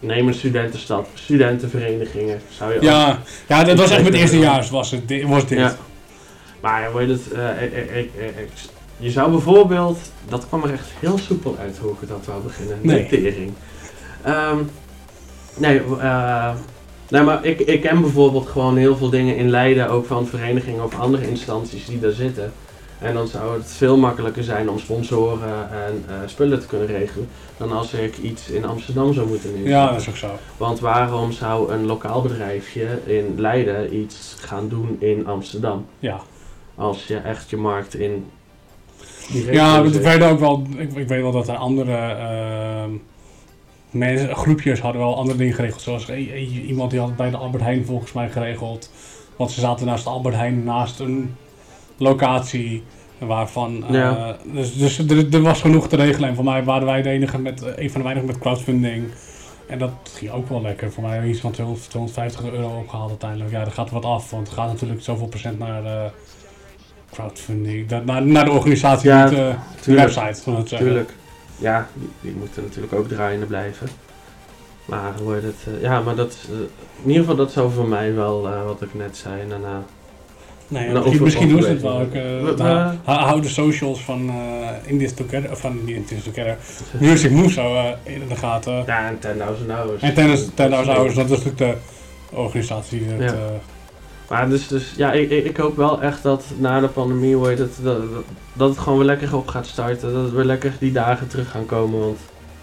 neem een studentenstad, studentenverenigingen. Zou je Ja, ook, ja, dat was echt met Ik- eerstejaars was het, di- was dit. Ja. Maar hoe heet het, eh, ik, ik, ik, ik- je zou bijvoorbeeld, dat kwam er echt heel soepel uit hoe ik dat wou beginnen, Nee. notering. Ehm, nee, eh, nee, maar ik, ik ken bijvoorbeeld gewoon heel veel dingen in Leiden, ook van verenigingen of andere instanties die daar zitten. En dan zou het veel makkelijker zijn om sponsoren en eh, spullen te kunnen regelen dan als ik iets in Amsterdam zou moeten nemen. Ja, dat is ook zo. Want waarom zou een lokaal bedrijfje in Leiden iets gaan doen in Amsterdam? Ja, Als je echt je markt in die regio ja het zet. werden ook wel, ik, ik weet wel dat er andere ehm, mensen, groepjes hadden wel andere dingen geregeld. Zoals i- i- iemand die had het bij de Albert Heijn volgens mij geregeld. Want ze zaten naast de Albert Heijn, naast een locatie waarvan... eh, Ja. Dus, dus er, er was genoeg te regelen. En voor mij waren wij de enige met, eh, een van de weinigen met crowdfunding. En dat ging ook wel lekker. Voor mij hebben we iets van tweehonderd, tweehonderdvijftig euro opgehaald uiteindelijk. Ja, er gaat wat af, want het gaat natuurlijk zoveel procent naar de crowdfunding. Dat, naar, naar de organisatie, Ja, niet de tuurlijk. website. Van het zeggen. Tuurlijk. Ja, die, die moeten natuurlijk ook draaiende blijven. Maar hoe heet het? eh, ja, maar dat is, eh, in ieder geval dat zou voor mij wel eh, wat ik net zei. En daarna, Nee, Nou, misschien, over- misschien doen ze het overweging. wel. Ik, We- uh, we- hou- hou de socials van uh, In This Together, of van niet In This Together, Music Move zo uh, in de gaten. ja, en tienduizend Hours. En tienduizend Hours, dat is natuurlijk de organisatie. Die het, Ja. uh, Maar dus, dus ja, ik, ik ik hoop wel echt dat na de pandemie, hoe heet het, dat, dat, dat het gewoon weer lekker op gaat starten. Dat we weer lekker die dagen terug gaan komen. Want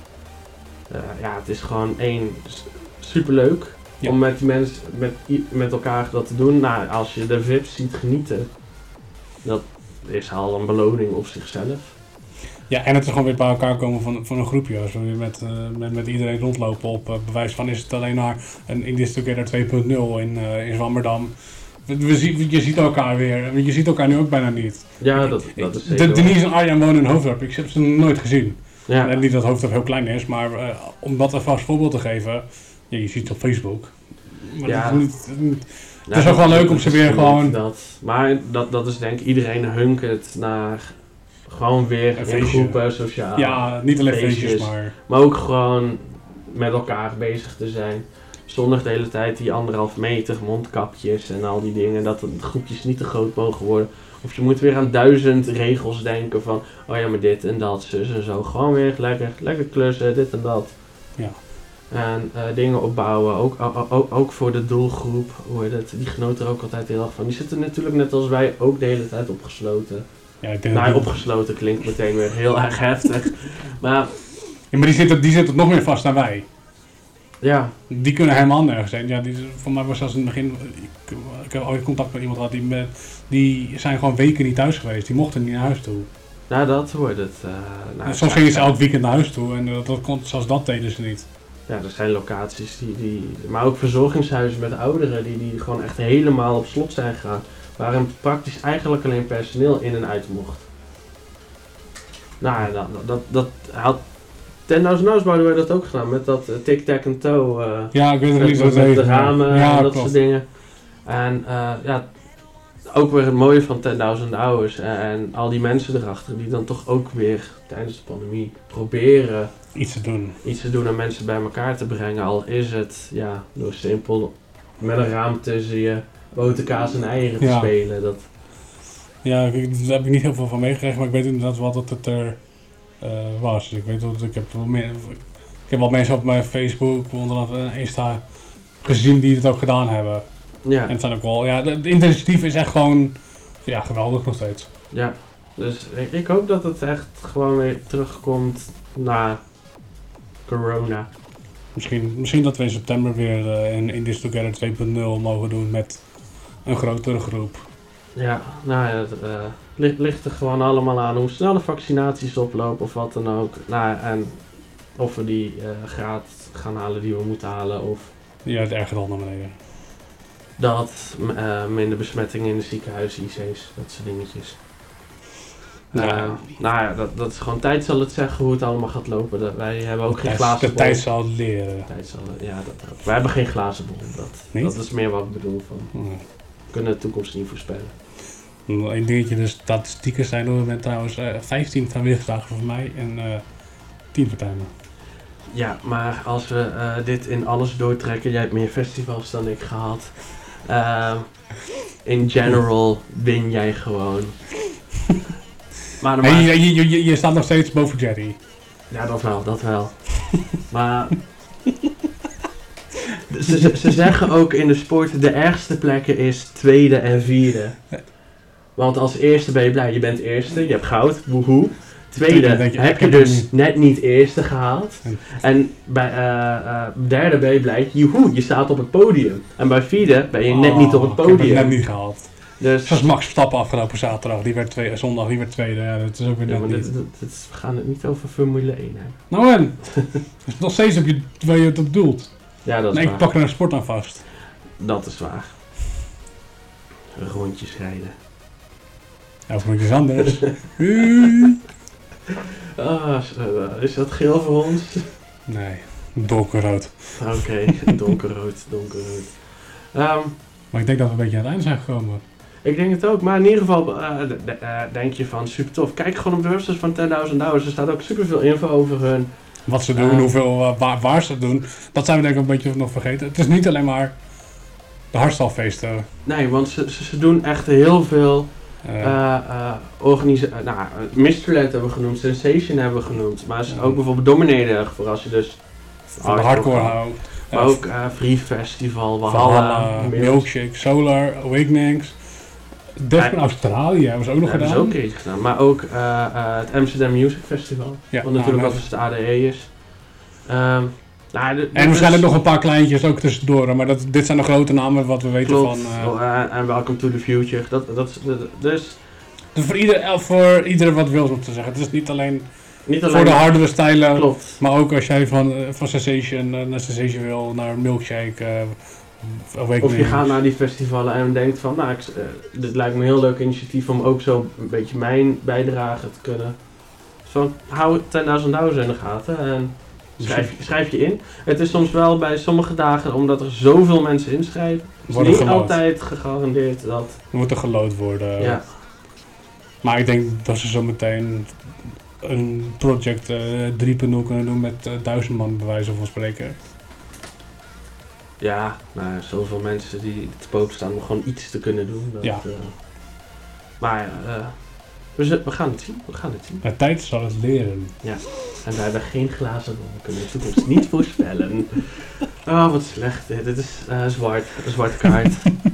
eh, ja, het is gewoon één, s- superleuk Ja. om met die mensen, met, i- met elkaar dat te doen. Nou, als je de V I P's ziet genieten, dat is al een beloning op zichzelf. Ja, en het is gewoon weer bij elkaar komen van, van een groepje. Als we weer met, uh, met, met iedereen rondlopen op uh, bewijs van is het alleen maar een In This Together twee punt nul in, uh, in Zwammerdam. We, we zien, je ziet elkaar weer. Je ziet elkaar nu ook bijna niet. Ja, dat, dat is De, zeker. Denise en Arjan wonen in Hoofddorp. Ik heb ze nog nooit gezien. Ja. En niet dat Hoofddorp heel klein is, maar uh, om dat even als voorbeeld te geven. Ja, je ziet het op Facebook. Maar Ja. dat is niet, niet- Ja, is ook wel dat- leuk om dat ze is weer niet gewoon- Dat. Maar dat, dat is denk ik, iedereen hunkert naar gewoon weer Een in feestje. groepen, sociaal. ja, niet alleen feestjes. feestjes, maar... Maar ook gewoon met elkaar bezig te zijn. Zonder de hele tijd die anderhalf meter, mondkapjes en al die dingen. Dat de groepjes niet te groot mogen worden. Of je moet weer aan duizend regels denken van... Oh ja, maar dit en dat, zus en zo. Gewoon weer lekker, lekker klussen, dit en dat. Ja. En eh, dingen opbouwen, ook, ook, ook, ook voor de doelgroep. Hoe heet het? Die genoot er ook altijd heel erg van. Die zitten natuurlijk net als wij ook de hele tijd opgesloten. Ja, ik denk Nou, dat- opgesloten klinkt meteen weer heel erg heftig. Maar Ja, maar die zitten, die zitten nog meer vast dan wij. ja, Die kunnen helemaal nergens zijn. Ja, die, voor mij was zelfs in het begin... Ik, ik heb ooit contact met iemand gehad die, met, die zijn gewoon weken niet thuis geweest. Die mochten niet naar huis toe. nou dat wordt het. eh, nou, En soms ja, gingen ze ja. elk weekend naar huis toe en dat, dat kon, zelfs dat deden ze niet. Ja, er zijn locaties die, die... Maar ook verzorgingshuizen met ouderen die, die gewoon echt helemaal op slot zijn gegaan. Waarin praktisch eigenlijk alleen personeel in en uit mocht. Nou ja, dat, dat, dat had... tienduizend Hours hadden wij dat ook gedaan met dat uh, tic-tac-and-toe. eh, Ja, ik weet het met, niet met, wat het de heet. ramen Ja, en dat klopt. soort dingen. En eh, ja, ook weer het mooie van tienduizend Hours. En, en al die mensen erachter die dan toch ook weer tijdens de pandemie proberen Iets te doen. iets te doen en mensen bij elkaar te brengen. Al is het, ja, door simpel met een raam tussen je boterkaas en eieren te Ja. spelen. Dat, Ja, ik, daar heb ik niet heel veel van meegekregen, maar ik weet inderdaad wel dat het er uh, was. Ik weet dat ik heb wel meer, ik heb wel mensen op mijn Facebook, onder andere Insta, gezien die het ook gedaan hebben. ja, En het zijn ook wel, ja, het initiatief is echt gewoon, ja, geweldig nog steeds. ja. Dus ik, ik hoop dat het echt gewoon weer terugkomt na corona. Misschien, misschien dat we in september weer uh, in, in This Together twee punt nul mogen doen met een grotere groep. Ja, nou ja, het uh, ligt, ligt er gewoon allemaal aan hoe snel de vaccinaties oplopen of wat dan ook. Nou, en of we die uh, graad gaan halen die we moeten halen of Ja, het erger al naar beneden. dat uh, minder besmettingen in de ziekenhuizen, I C's, dat soort dingetjes. Ja. Uh, nou ja, dat, dat is gewoon tijd zal het zeggen hoe het allemaal gaat lopen. Dat, wij hebben ook De geen tijd- glazen De bol. tijd zal het leren. De tijd zal, ja, dat ook. Wij hebben geen glazen bol. Dat, Niet? dat is meer wat ik bedoel van. Hmm. We kunnen de toekomst niet voorspellen. Nog één dingetje, de statistieken zijn op het moment trouwens uh, vijftien vrijwilligersdagen voor mij en uh, tien voor Tijmen. Ja, maar als we uh, dit in alles doortrekken, jij hebt meer festivals dan ik gehad. Uh, in general win jij gewoon. Maar hey, je, je, je, je staat nog steeds boven Jerry. Ja, dat wel, dat wel. Maar ze, ze, ze zeggen ook in de sport, de ergste plekken is tweede en vierde. Want als eerste ben je blij, je bent eerste, je hebt goud, woehoe. Tweede heb je, heb je dus niet. net niet eerste gehaald. En bij uh, uh, derde ben je blij, joehoe, je staat op het podium. En bij vierde ben je oh, net niet op het podium. Ik heb het net niet gehaald. Dus zoals Max Verstappen afgelopen zaterdag, die werd tweede, zondag, die werd tweede. Ja, dat is ook weer ja, net maar niet. Dit, dit, dit, we gaan het niet over Formule één hebben. Nou en? Nog steeds op je, waar je het op doelt. Ja, dat is nee, waar. Ik pak er een sport aan vast. Dat is waar. Rondjes rijden. Ja, of rondjes anders. Ah, is dat geel voor ons? Nee, donkerrood. Oké, okay, donkerrood, donkerrood. Um, maar ik denk dat we een beetje aan het einde zijn gekomen. Ik denk het ook, maar in ieder geval uh, d- d- uh, denk je van super tof. Kijk gewoon op de website van tienduizend Hours, er staat ook super veel info over hun. Wat ze doen, uh, hoeveel, uh, waar, waar ze het doen, dat zijn we denk ik een beetje nog vergeten. Het is niet alleen maar de hardstalfeesten. Nee, want ze, ze, ze doen echt heel veel uh, uh, uh, organisaties. Uh, nou, Mysteryland hebben we genoemd, Sensation hebben we genoemd, maar ze uh, ook bijvoorbeeld Dominator, voor als je dus van de hardcore houdt. Maar uh, ook uh, Free Festival, Valhalla, Milkshake, Solar, Awakenings. Defcon uh, Australië hebben ze ook nog gedaan. Dat hebben ze ook een keer gedaan. Maar ook uh, uh, het Amsterdam Music Festival. Ja, wat natuurlijk ook als het A D E is. Um, nou, de, de, en waarschijnlijk dus nog een paar kleintjes ook tussendoor. Maar dat, dit zijn de grote namen wat we weten klopt, van. Uh, uh, en Welcome to the Future. Dat, dat, dat, dus, dus voor, ieder, voor iedereen wat wil, om te zeggen. Het is niet alleen, niet alleen voor de hardere stijlen. Klopt. Maar ook als jij van, uh, van Sensation uh, naar Sensation wil, naar Milkshake. Uh, Of je gaat naar die festivalen en denkt van, nou, ik, uh, dit lijkt me een heel leuk initiatief om ook zo een beetje mijn bijdrage te kunnen. Dus van, hou tienduizend Hours in de gaten en schrijf, schrijf je in. Het is soms wel bij sommige dagen, omdat er zoveel mensen inschrijven, is niet gelood. altijd gegarandeerd dat... Er moet er gelood worden. Ja. Maar ik denk dat ze zo meteen een project uh, drie punt nul kunnen doen met uh, duizend man bij wijze van spreken. Ja, nou, zoveel mensen die te boven staan om gewoon iets te kunnen doen. Dat, ja. Uh, maar uh, we, we gaan het zien, we gaan het zien. De tijd zal het leren. Ja, en wij hebben geen glazen bol, we kunnen de toekomst niet voorspellen. Oh, wat slecht dit, dit is uh, zwart, een zwarte kaart.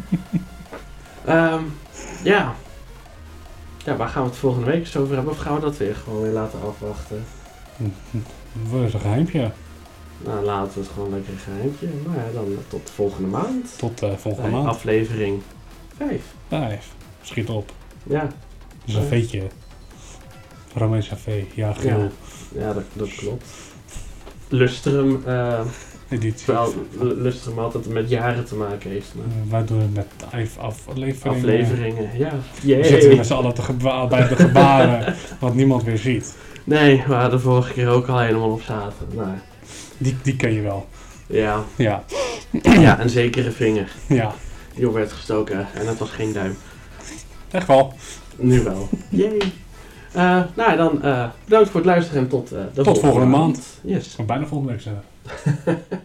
um, ja. Ja, waar gaan we het volgende week eens over hebben? Of gaan we dat weer gewoon weer laten afwachten? Wat is een geheimpje? Nou, laten we het gewoon lekker een geheimpje. Maar ja, dan tot volgende maand. Tot uh, volgende nee, maand. Aflevering vijf. Vijf. Schiet op. Ja. Dat is een uh, veetje. Romein Savé. Ja, geel. Ja, ja dat, dat klopt. Lustrum. Uh, Editie. Terwijl Lustrum altijd met jaren te maken heeft. Maar. Uh, wij doen het met afleveringen. Afleveringen, ja. Yay. We zitten met z'n allen te geba- bij de gebaren. Wat niemand weer ziet. Nee, we hadden de vorige keer ook al helemaal op zaten. Nou. Die, die ken je wel. Ja. Ja. Ja, een zekere vinger. Ja. Die werd gestoken en het was geen duim. Echt wel. Nu wel. Yay. Uh, nou, dan uh, bedankt voor het luisteren en tot uh, de tot volgende, volgende maand. maand. Yes. Ik kan bijna volgende week zeggen.